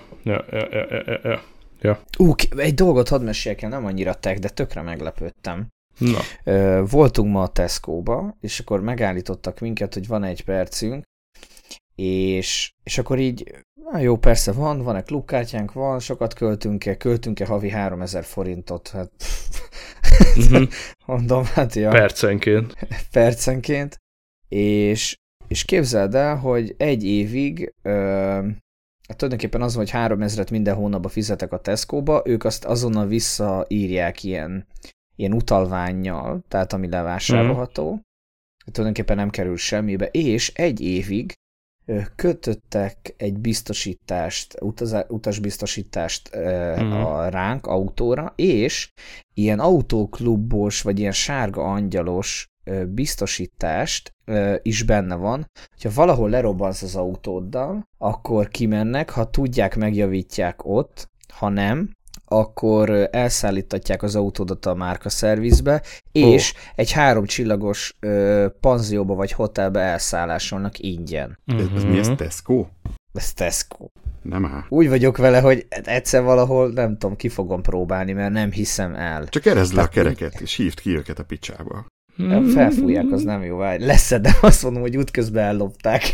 Ja. Egy dolgot hadd meséljek el, nem annyira tech, de tökre meglepődtem. Na. Voltunk ma a Tesco-ba, és akkor megállítottak minket, hogy van egy percünk, és akkor így, jó, persze van-e klubkártyánk, van, sokat költünk-e havi 3000 forintot, hát mondom, hát ja. Percenként. És képzeld el, hogy egy évig tulajdonképpen az van, hogy 3000-et minden hónapban fizetek a Tesco-ba, ők azt azonnal visszaírják ilyen utalvánnyal, tehát ami levásárolható. Tulajdonképpen nem kerül semmibe, és egy évig kötöttek egy biztosítást, utasbiztosítást ránk, autóra, és ilyen autóklubos, vagy ilyen sárga angyalos biztosítást is benne van, hogyha valahol lerobbansz az autóddal, akkor kimennek, ha tudják, megjavítják ott, ha nem, akkor elszállítatják az autódat a márkaszervizbe, és egy 3 csillagos panzióba vagy hotelbe elszállásolnak ingyen. Ez mi, ez Tesco? Ez Tesco. Nem áll. Úgy vagyok vele, hogy egyszer valahol, nem tudom, ki fogom próbálni, mert nem hiszem el. Csak erezd le a kereket, és hívd ki őket a picsába. Felfújják, az nem jó. Leszedem, azt mondom, hogy útközben ellopták.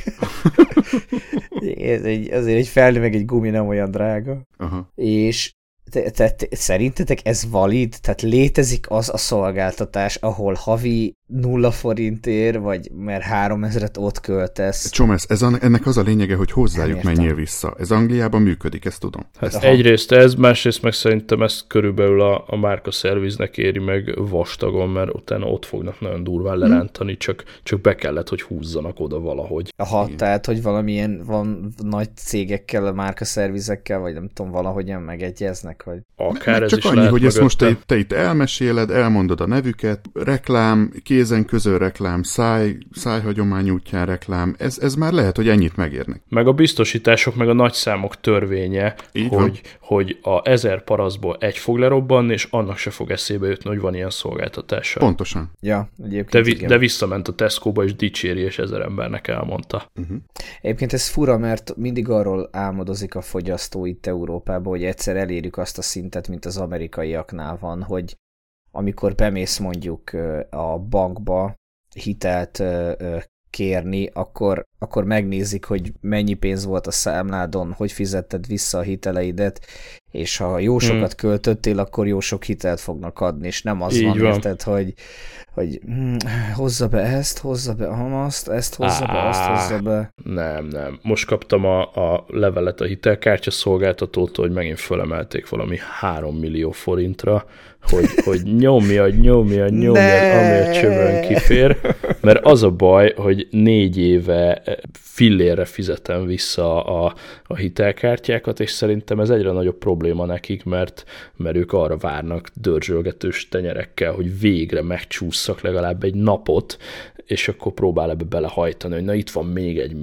Azért egy felnő meg egy gumi nem olyan drága. Aha. És szerintetek ez valid? Tehát létezik az a szolgáltatás, ahol havi 0 forintért, vagy mert 3000-et ott költesz? Csomesz, ennek az a lényege, hogy hozzájuk menjél vissza. Ez Angliában működik, ezt tudom. Hát egyrészt ez, másrészt meg szerintem ezt körülbelül a márkaszerviznek éri meg vastagon, mert utána ott fognak nagyon durván lerántani, csak be kellett, hogy húzzanak oda valahogy. Aha, tehát, hogy valamilyen van nagy cégekkel, márkaszervizekkel, vagy nem tudom, valahogyan megegyeznek, hogy... Akár ez csak is annyi, hogy ezt most te itt elmeséled, elmondod a nevüket, reklám, kézen közön reklám, szájhagyomány útján reklám, ez már lehet, hogy ennyit megérnek. Meg a biztosítások, meg a nagyszámok törvénye, hogy a 1000 parasztból egy fog lerobbanni, és annak se fog eszébe jutni, hogy van ilyen szolgáltatása. Pontosan. Ja, egyébként de visszament a Tesco-ba, és dicséri, és 1000 embernek elmondta. Egyébként ez fura, mert mindig arról álmodozik a fogyasztó itt Európában, hogy egyszer elérjük azt a szintet, mint az amerikaiaknál van, hogy amikor bemész mondjuk a bankba hitelt kérni, akkor akkor megnézik, hogy mennyi pénz volt a számládon, hogy fizetted vissza a hiteleidet, és ha jó sokat költöttél, akkor jó sok hitelt fognak adni, és nem az van, érted, hogy hozza be ezt, hozza be azt, ezt hozza be, azt hozza be. Nem. Most kaptam a levelet a hitelkártya szolgáltatótól, hogy megint fölemelték valami 3 millió forintra, hogy nyomja, amelyet csövön kifér, mert az a baj, hogy 4 éve fillérre fizetem vissza a hitelkártyákat, és szerintem ez egyre nagyobb probléma nekik, mert ők arra várnak dörzsölgetős tenyerekkel, hogy végre megcsússzak legalább egy napot, és akkor próbál ebbe belehajtani, hogy na itt van még 1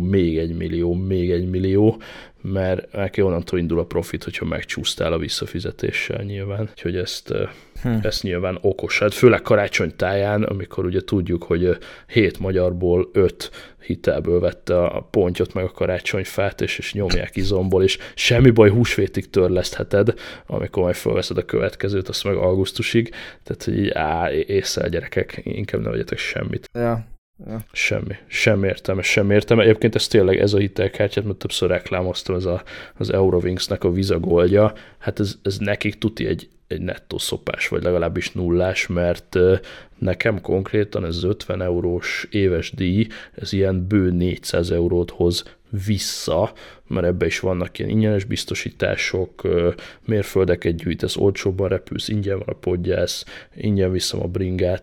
millió, mert neki onnantól indul a profit, hogyha megcsúsztál a visszafizetéssel nyilván. Úgyhogy ezt nyilván okos. Hát főleg karácsony táján, amikor ugye tudjuk, hogy 7 magyarból 5 hitelből vette a pontyot meg a karácsonyfát, és nyomják izomból, és semmi baj, húsvétig törlesztheted, amikor majd felveszed a következőt, azt meg augusztusig. Tehát, hogy észre gyerekek, inkább ne vegyetek semmit. Ja. Semmi értelme. Egyébként ez a hitelkártyát, mert többször reklámoztam, az Eurowingsnek a Visa Goldja, hát ez nekik tuti egy nettó szopás, vagy legalábbis nullás, mert nekem konkrétan ez az 50 eurós éves díj, ez ilyen bő 400 eurót hoz vissza, mert ebbe is vannak ilyen ingyenes biztosítások, mérföldeket gyűjtesz, olcsóbban repülsz, ingyen van a podgyász, ingyen viszem a bringát,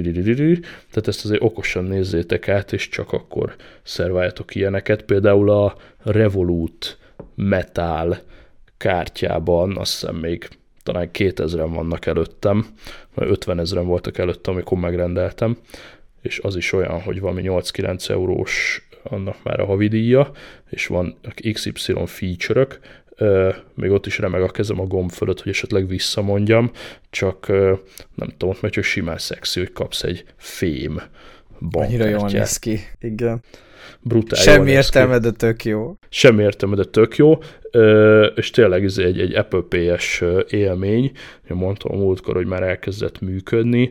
tehát ezt azért okosan nézzétek át, és csak akkor szerváljatok ilyeneket. Például a Revolut Metal kártyában azt hiszem még talán 2000-en vannak előttem, vagy 50 000 voltak előttem, amikor megrendeltem, és az is olyan, hogy valami 8-9 eurós annak már a havidíja, és van XY feature-ök, még ott is remeg a kezem a gomb fölött, hogy esetleg visszamondjam, csak nem tudom, mert csak simán szexi, hogy kapsz egy fém bankkártyát. Annyira jól néz ki, igen. Brutál. Semmi értelme, de tök jó. Semmi értelme, de tök jó, és tényleg ez egy Apple Pay-es élmény. Mondtam a múltkor, hogy már elkezdett működni.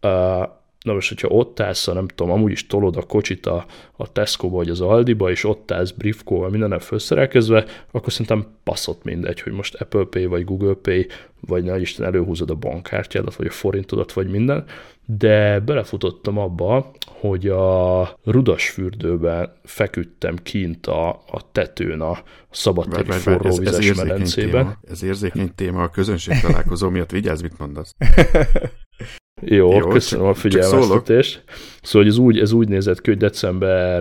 Na most, hogyha ott állsz, nem tudom, amúgy is tolod a kocsit a Tesco-ba vagy az Aldiba, és ott állsz briefkóval mindennel felszerelkezve, akkor szerintem passzott mindegy, hogy most Apple Pay vagy Google Pay, vagy ne Isten előhúzod a bankkártyádat, vagy a forintodat, vagy minden, de belefutottam abba, hogy a Rudasfürdőben feküdtem kint a tetőn a szabadtéri forróvizes medencében. Ez érzékeny téma, a közönség találkozó miatt vigyázz, mit mondasz. Jó, köszönöm a figyelmeztetést. Szóval ez úgy nézett ki, hogy december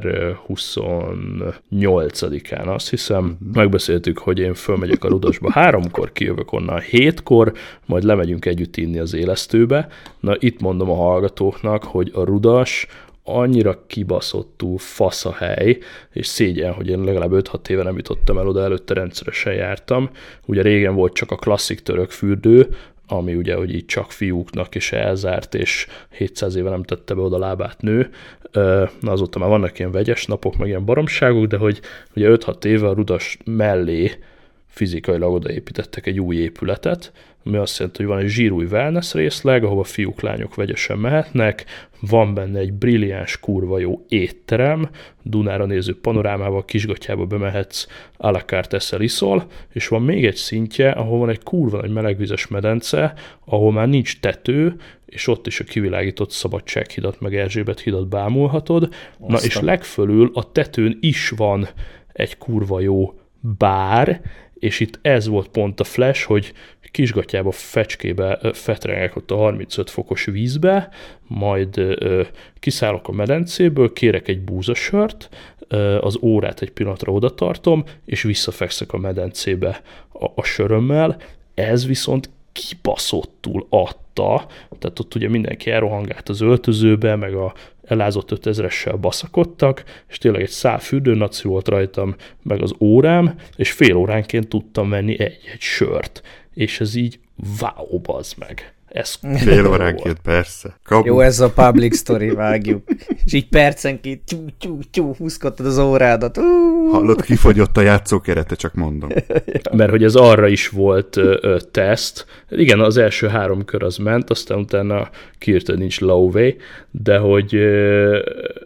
28-án azt hiszem, megbeszéltük, hogy én fölmegyek a Rudasba 3-kor, kijövök onnan 7-kor, majd lemegyünk együtt inni az élesztőbe. Na itt mondom a hallgatóknak, hogy a Rudas annyira kibaszottul fasz a hely, és szégyen, hogy én legalább 5-6 éve nem jutottam el oda, előtte rendszeresen jártam. Ugye régen volt csak a klasszik török fürdő, ami ugye, hogy így csak fiúknak is elzárt, és 700 éve nem tette be oda lábát nő. Na azóta már vannak ilyen vegyes napok, meg ilyen baromságok, de hogy ugye 5-6 éve a Rudas mellé fizikailag odaépítettek egy új épületet, ami azt jelenti, hogy van egy zsírúj wellness részleg, ahova fiúk, lányok vegyesen mehetnek, van benne egy brilliáns, kurva jó étterem, Dunára néző panorámával, Kisgatyába bemehetsz, à la carte eszel, iszol, és van még egy szintje, ahol van egy kurva nagy melegvizes medence, ahol már nincs tető, és ott is a kivilágított Szabadsághidat, meg Erzsébet hidat bámulhatod. Na és legfölül a tetőn is van egy kurva jó bár, és itt ez volt pont a flash, hogy Kisgatyába fecskébe fetrengek ott a 35 fokos vízbe, majd kiszállok a medencéből, kérek egy búzasört, az órát egy pillanatra oda tartom, és visszafekszek a medencébe a sörömmel. Ez viszont kibaszottul adta, tehát ott ugye mindenki elrohangált az öltözőbe, meg a elázott 5000-essel baszakodtak, és tényleg egy szál fürdőnaci volt rajtam, meg az órám, és fél óránként tudtam venni egy sört. És ez így, wow, bazd meg. Ez fél óránként, persze. Kapu. Jó, ez a public story, vágjuk. És így percenként húzkodtad az órádat. Hallod, kifogyott a játszókerete, csak mondom. Mert hogy ez arra is volt teszt. Igen, az első 3 kör az ment, aztán utána kiírta, hogy nincs low way, de hogy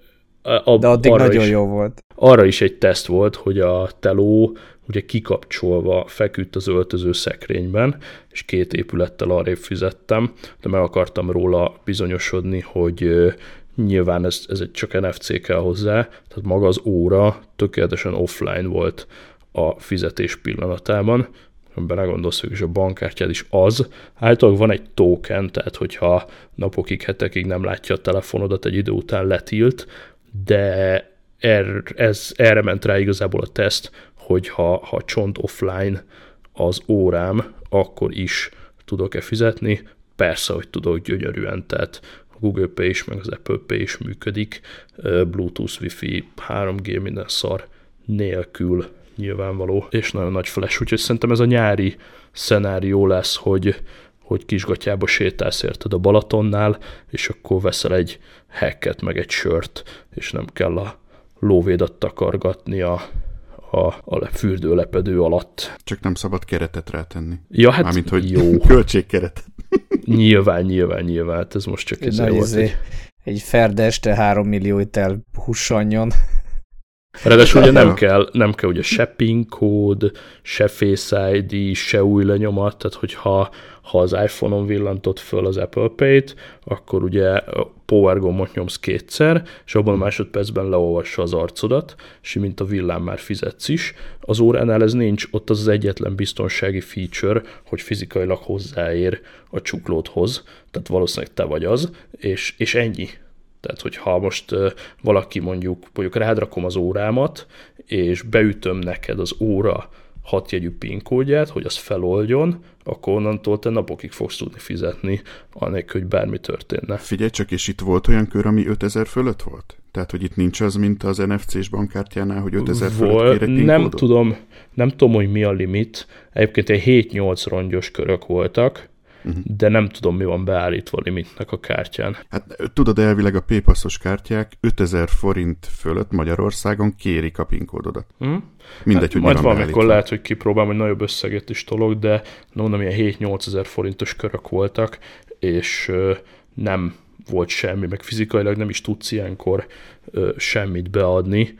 De addig nagyon jó volt. Arra is egy teszt volt, hogy a teló ugye kikapcsolva feküdt az öltöző szekrényben, és 2 épülettel arrébb fizettem, de meg akartam róla bizonyosodni, hogy nyilván ez csak NFC kell hozzá, tehát maga az óra tökéletesen offline volt a fizetés pillanatában, belegondolsz, hogy a bankkártyád is az. Általában van egy token, tehát hogyha napokig, hetekig nem látja a telefonodat, egy idő után letilt, de erre ment rá igazából a teszt, hogy ha csont offline az órám, akkor is tudok-e fizetni. Persze, hogy tudok gyönyörűen, tehát a Google Pay is, meg az Apple Pay is működik, Bluetooth, Wi-Fi, 3G, minden szar nélkül nyilvánvaló, és nagyon nagy flash, úgyhogy szerintem ez a nyári szenárió lesz, hogy kisgatyába sétálsz érted a Balatonnál, és akkor veszel egy hacket, meg egy sört, és nem kell a lóvédat takargatni a fürdőlepedő alatt. Csak nem szabad keretet rátenni. Ja, hát mármint, hogy jó. Költségkeretet. Nyilván, ez most csak egy ferde este 3 millió itel hussanjon. Ráadásul ugye nem kell ugye se PIN kód, se Face ID, se új lenyomat, tehát hogyha az iPhone-on villantott föl az Apple Pay-t, akkor ugye a power gombot nyomsz 2-szer, és abban a másodpercben leolvassa az arcodat, és mint a villám már fizetsz is. Az óránál ez nincs, ott az egyetlen biztonsági feature, hogy fizikailag hozzáér a csuklódhoz, tehát valószínűleg te vagy az, és ennyi. Tehát, hogyha most valaki mondjuk rád rakom az órámat, és beütöm neked az óra 6 jegyű PIN kódját, hogy az feloldjon, akkor onnantól te napokig fogsz tudni fizetni, anélkül, hogy bármi történne. Figyelj csak, és itt volt olyan kör, ami 5000 fölött volt? Tehát, hogy itt nincs az, mint az NFC-s bankkártyánál, hogy 5000 fölött kér egy PIN kódot? Nem tudom, hogy mi a limit. Egyébként egy 7-8 rongyos körök voltak, de nem tudom, mi van beállítva limitnek a kártyán. Hát tudod, elvileg a P-passzos kártyák 5000 forint fölött Magyarországon kérik a PIN kódodat. Mindegy, hogy majd valamikor lehet, hogy kipróbálom, hogy nagyobb összeget is tolok, de mondom, ilyen 7-8 ezer forintos körök voltak, és nem volt semmi, meg fizikailag nem is tudsz ilyenkor semmit beadni.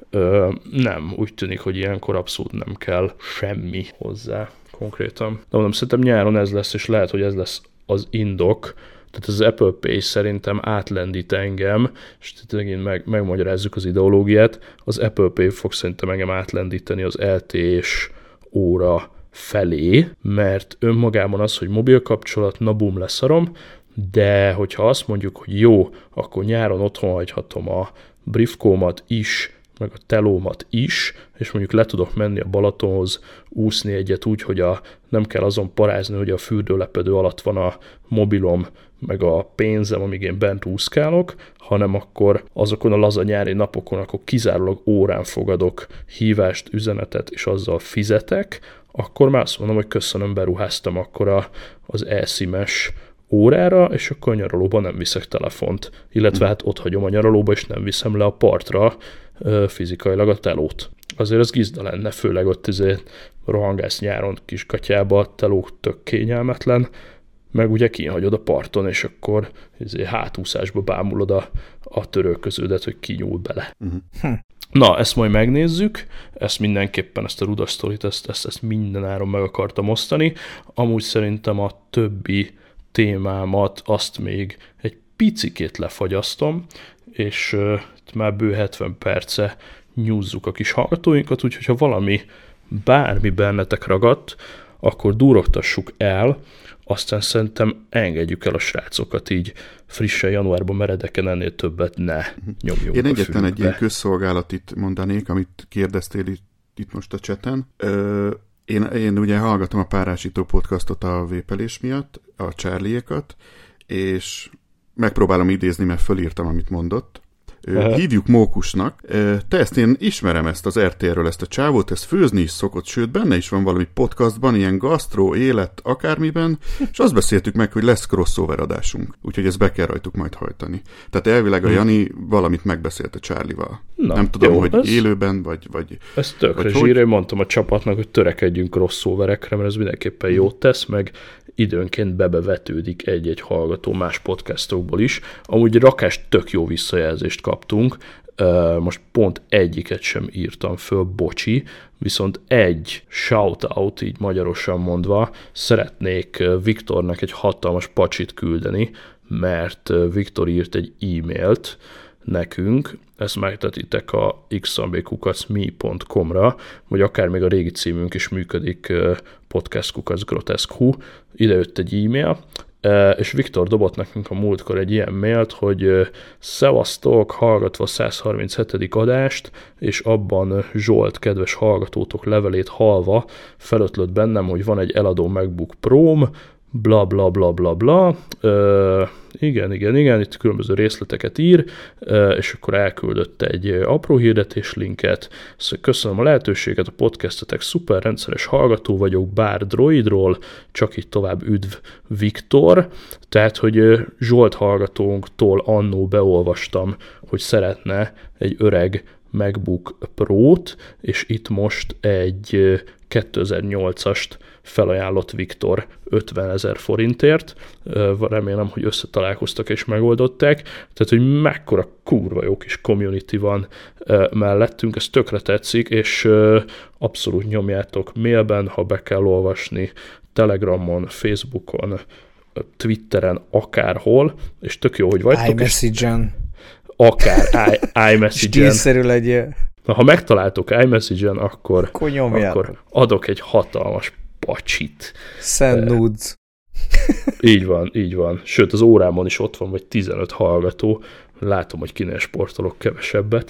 Nem, úgy tűnik, hogy ilyenkor abszolút nem kell semmi hozzá konkrétan. De mondom, szerintem nyáron ez lesz, és lehet, hogy ez lesz az indok. Tehát az Apple Pay szerintem átlendít engem, és megint megmagyarázzuk az ideológiát. Az Apple Pay fog szerintem engem átlendíteni az LTE-s óra felé, mert önmagában az, hogy mobil kapcsolat, na bum, leszarom, de hogyha azt mondjuk, hogy jó, akkor nyáron otthon hagyhatom a briefkómat is, meg a telómat is, és mondjuk le tudok menni a Balatonhoz, úszni egyet úgy, hogy nem kell azon parázni, hogy a fürdőlepedő alatt van a mobilom, meg a pénzem, amíg én bent úszkálok, hanem akkor azokon a laza nyári napokon, akkor kizárólag órán fogadok hívást, üzenetet, és azzal fizetek, akkor már azt mondom, hogy köszönöm, beruháztam akkor az eSIM-es órára, és akkor a nyaralóban nem viszek telefont. Illetve hát ott hagyom a nyaralóba, és nem viszem le a partra fizikailag a telót. Azért az gizda lenne, főleg ott rohangálsz nyáron kis katyába, a teló tök kényelmetlen, meg ugye kínhagyod a parton, és akkor hátúszásba bámulod a törölköződet, hogy kinyúl bele. Na, ezt majd megnézzük, ezt mindenképpen, ezt a rudas sztorit, ezt mindenáron meg akartam osztani. Amúgy szerintem a többi témámat azt még egy picikét lefagyasztom, és már bő 70 perce nyúzzuk a kis hallgatóinkat, úgyhogy ha bármi bennetek ragadt, akkor durogtassuk el, aztán szerintem engedjük el a srácokat így frissen januárban, meredeken ennél többet ne nyomjunk. Én egyetlen egy ilyen közszolgálatit mondanék, amit kérdeztél itt most a cseten. Én ugye hallgatom a Párásító podcastot a vépelés miatt, a Charlie-ékat, és megpróbálom idézni, mert fölírtam, amit mondott. Hívjuk Mókusnak. Én ismerem ezt az RTL-ről, ezt a csávót, ezt főzni is szokott, sőt, benne is van valami podcastban, ilyen gasztró, élet, akármiben, és azt beszéltük meg, hogy lesz crossover adásunk. Úgyhogy ezt be kell rajtuk majd hajtani. Tehát elvileg a Jani valamit megbeszélt a Charlie-val. Nem tudom, jó, hogy élőben, vagy ez tökre zsír, mondtam a csapatnak, hogy törekedjünk crossoverekre, mert ez mindenképpen jót tesz, meg időnként bevetődik egy-egy hallgató más podcastokból is. Amúgy rakás tök jó visszajelzést kaptunk, most pont egyiket sem írtam föl, bocsi, viszont egy shoutout, így magyarosan mondva, szeretnék Viktornak egy hatalmas pacsit küldeni, mert Viktor írt egy e-mailt nekünk, ezt megtetitek a xambkukacmi.com-ra, vagy akár még a régi címünk is működik, podcast@grotesque.hu, ide jött egy e-mail, és Viktor dobott nekünk a múltkor egy ilyen mailt, hogy szevasztok, hallgatva a 137. adást, és abban Zsolt kedves hallgatótok levelét hallva felötlött bennem, hogy van egy eladó MacBook Pro-m, bla bla bla bla bla, igen, itt különböző részleteket ír, és akkor elküldött egy apró hirdetéslinket, szóval köszönöm a lehetőséget, a podcastetek szuper, rendszeres hallgató vagyok, bár Droidról, csak így tovább üdv Viktor, tehát, hogy Zsolt hallgatónktól annó beolvastam, hogy szeretne egy öreg MacBook Pro-t, és itt most egy 2008-ast felajánlott Viktor 50 000 forintért. Remélem, hogy összetalálkoztak és megoldották. Tehát, hogy mekkora kurva jó kis community van mellettünk, ez tökre tetszik, és abszolút nyomjátok mailben, ha be kell olvasni, Telegramon, Facebookon, Twitteren, akárhol, és tök jó, hogy vagytok. iMessage-en. Akár iMessage-en. Stílszerű legyél. Na, ha megtaláltok iMessage-en, akkor adok egy hatalmas pacsit. Send nudes. Így van. Sőt, az órámon is ott van, vagy 15 hallgató. Látom, hogy kinél sportolok kevesebbet.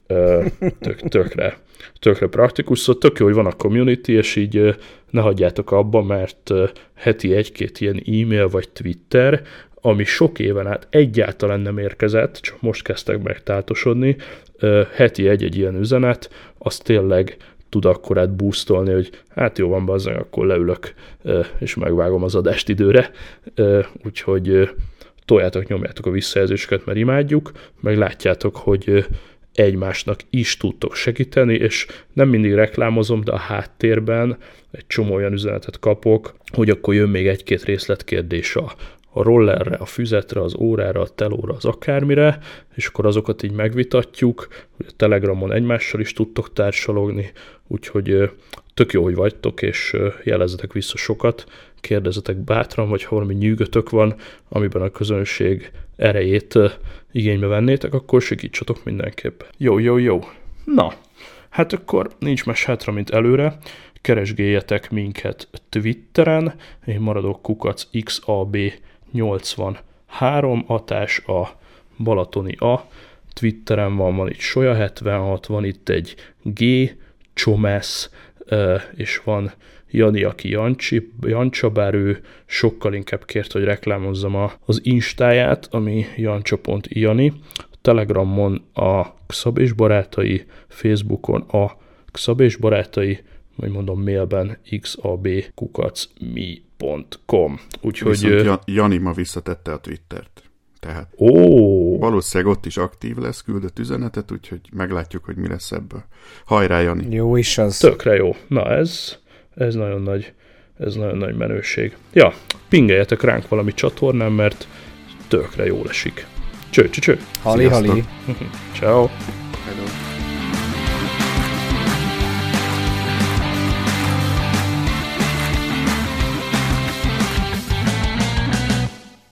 Tökre praktikus, szóval tök jó, hogy van a community, és így ne hagyjátok abba, mert heti egy-két ilyen e-mail vagy Twitter, ami sok éven át egyáltalán nem érkezett, csak most kezdtek megtáltosodni, heti egy-egy ilyen üzenet, az tényleg tud akkorát boostolni, hogy hát jó van, bazzag, akkor leülök, és megvágom az adást időre, úgyhogy toljátok, nyomjátok a visszajelzéseket, mert imádjuk, meg látjátok, hogy egymásnak is tudtok segíteni, és nem mindig reklámozom, de a háttérben egy csomó olyan üzenetet kapok, hogy akkor jön még egy-két részletkérdés a rollerre, a füzetre, az órára, a telóra, az akármire, és akkor azokat így megvitatjuk, hogy a Telegramon egymással is tudtok társalogni, úgyhogy tök jó, hogy vagytok, és jelezzetek vissza sokat, kérdezzetek bátran, vagy ha valami nyűgötök van, amiben a közönség erejét igénybe vennétek, akkor segítsatok mindenképp. Jó. Na, hát akkor nincs más hátra, mint előre. Keresgéljetek minket Twitteren, én maradok kukac XAB83, atás a balatoni a, Twitteren van itt Solya76, van itt egy G, Csomesz, és van Jani, aki Jancsa, bár ő sokkal inkább kért, hogy reklámozzam az instáját, ami jancsa.jani, Telegramon a Xab és barátai, Facebookon a Xab és barátai, vagy mondom mailben xabkukacmi.com. Úgyhogy... Viszont Jani ma visszatette a Twittert. Tehát valószínűleg ott is aktív lesz, küldött üzenetet, úgyhogy meglátjuk, hogy mi lesz ebből. Hajrá, Jani! Jó is az. Tökre jó. Na ez nagyon nagy menőség. Ja, pingeljetek ránk valami csatornán, mert tökre jól esik. Cső. Hali. Ciao. Hello.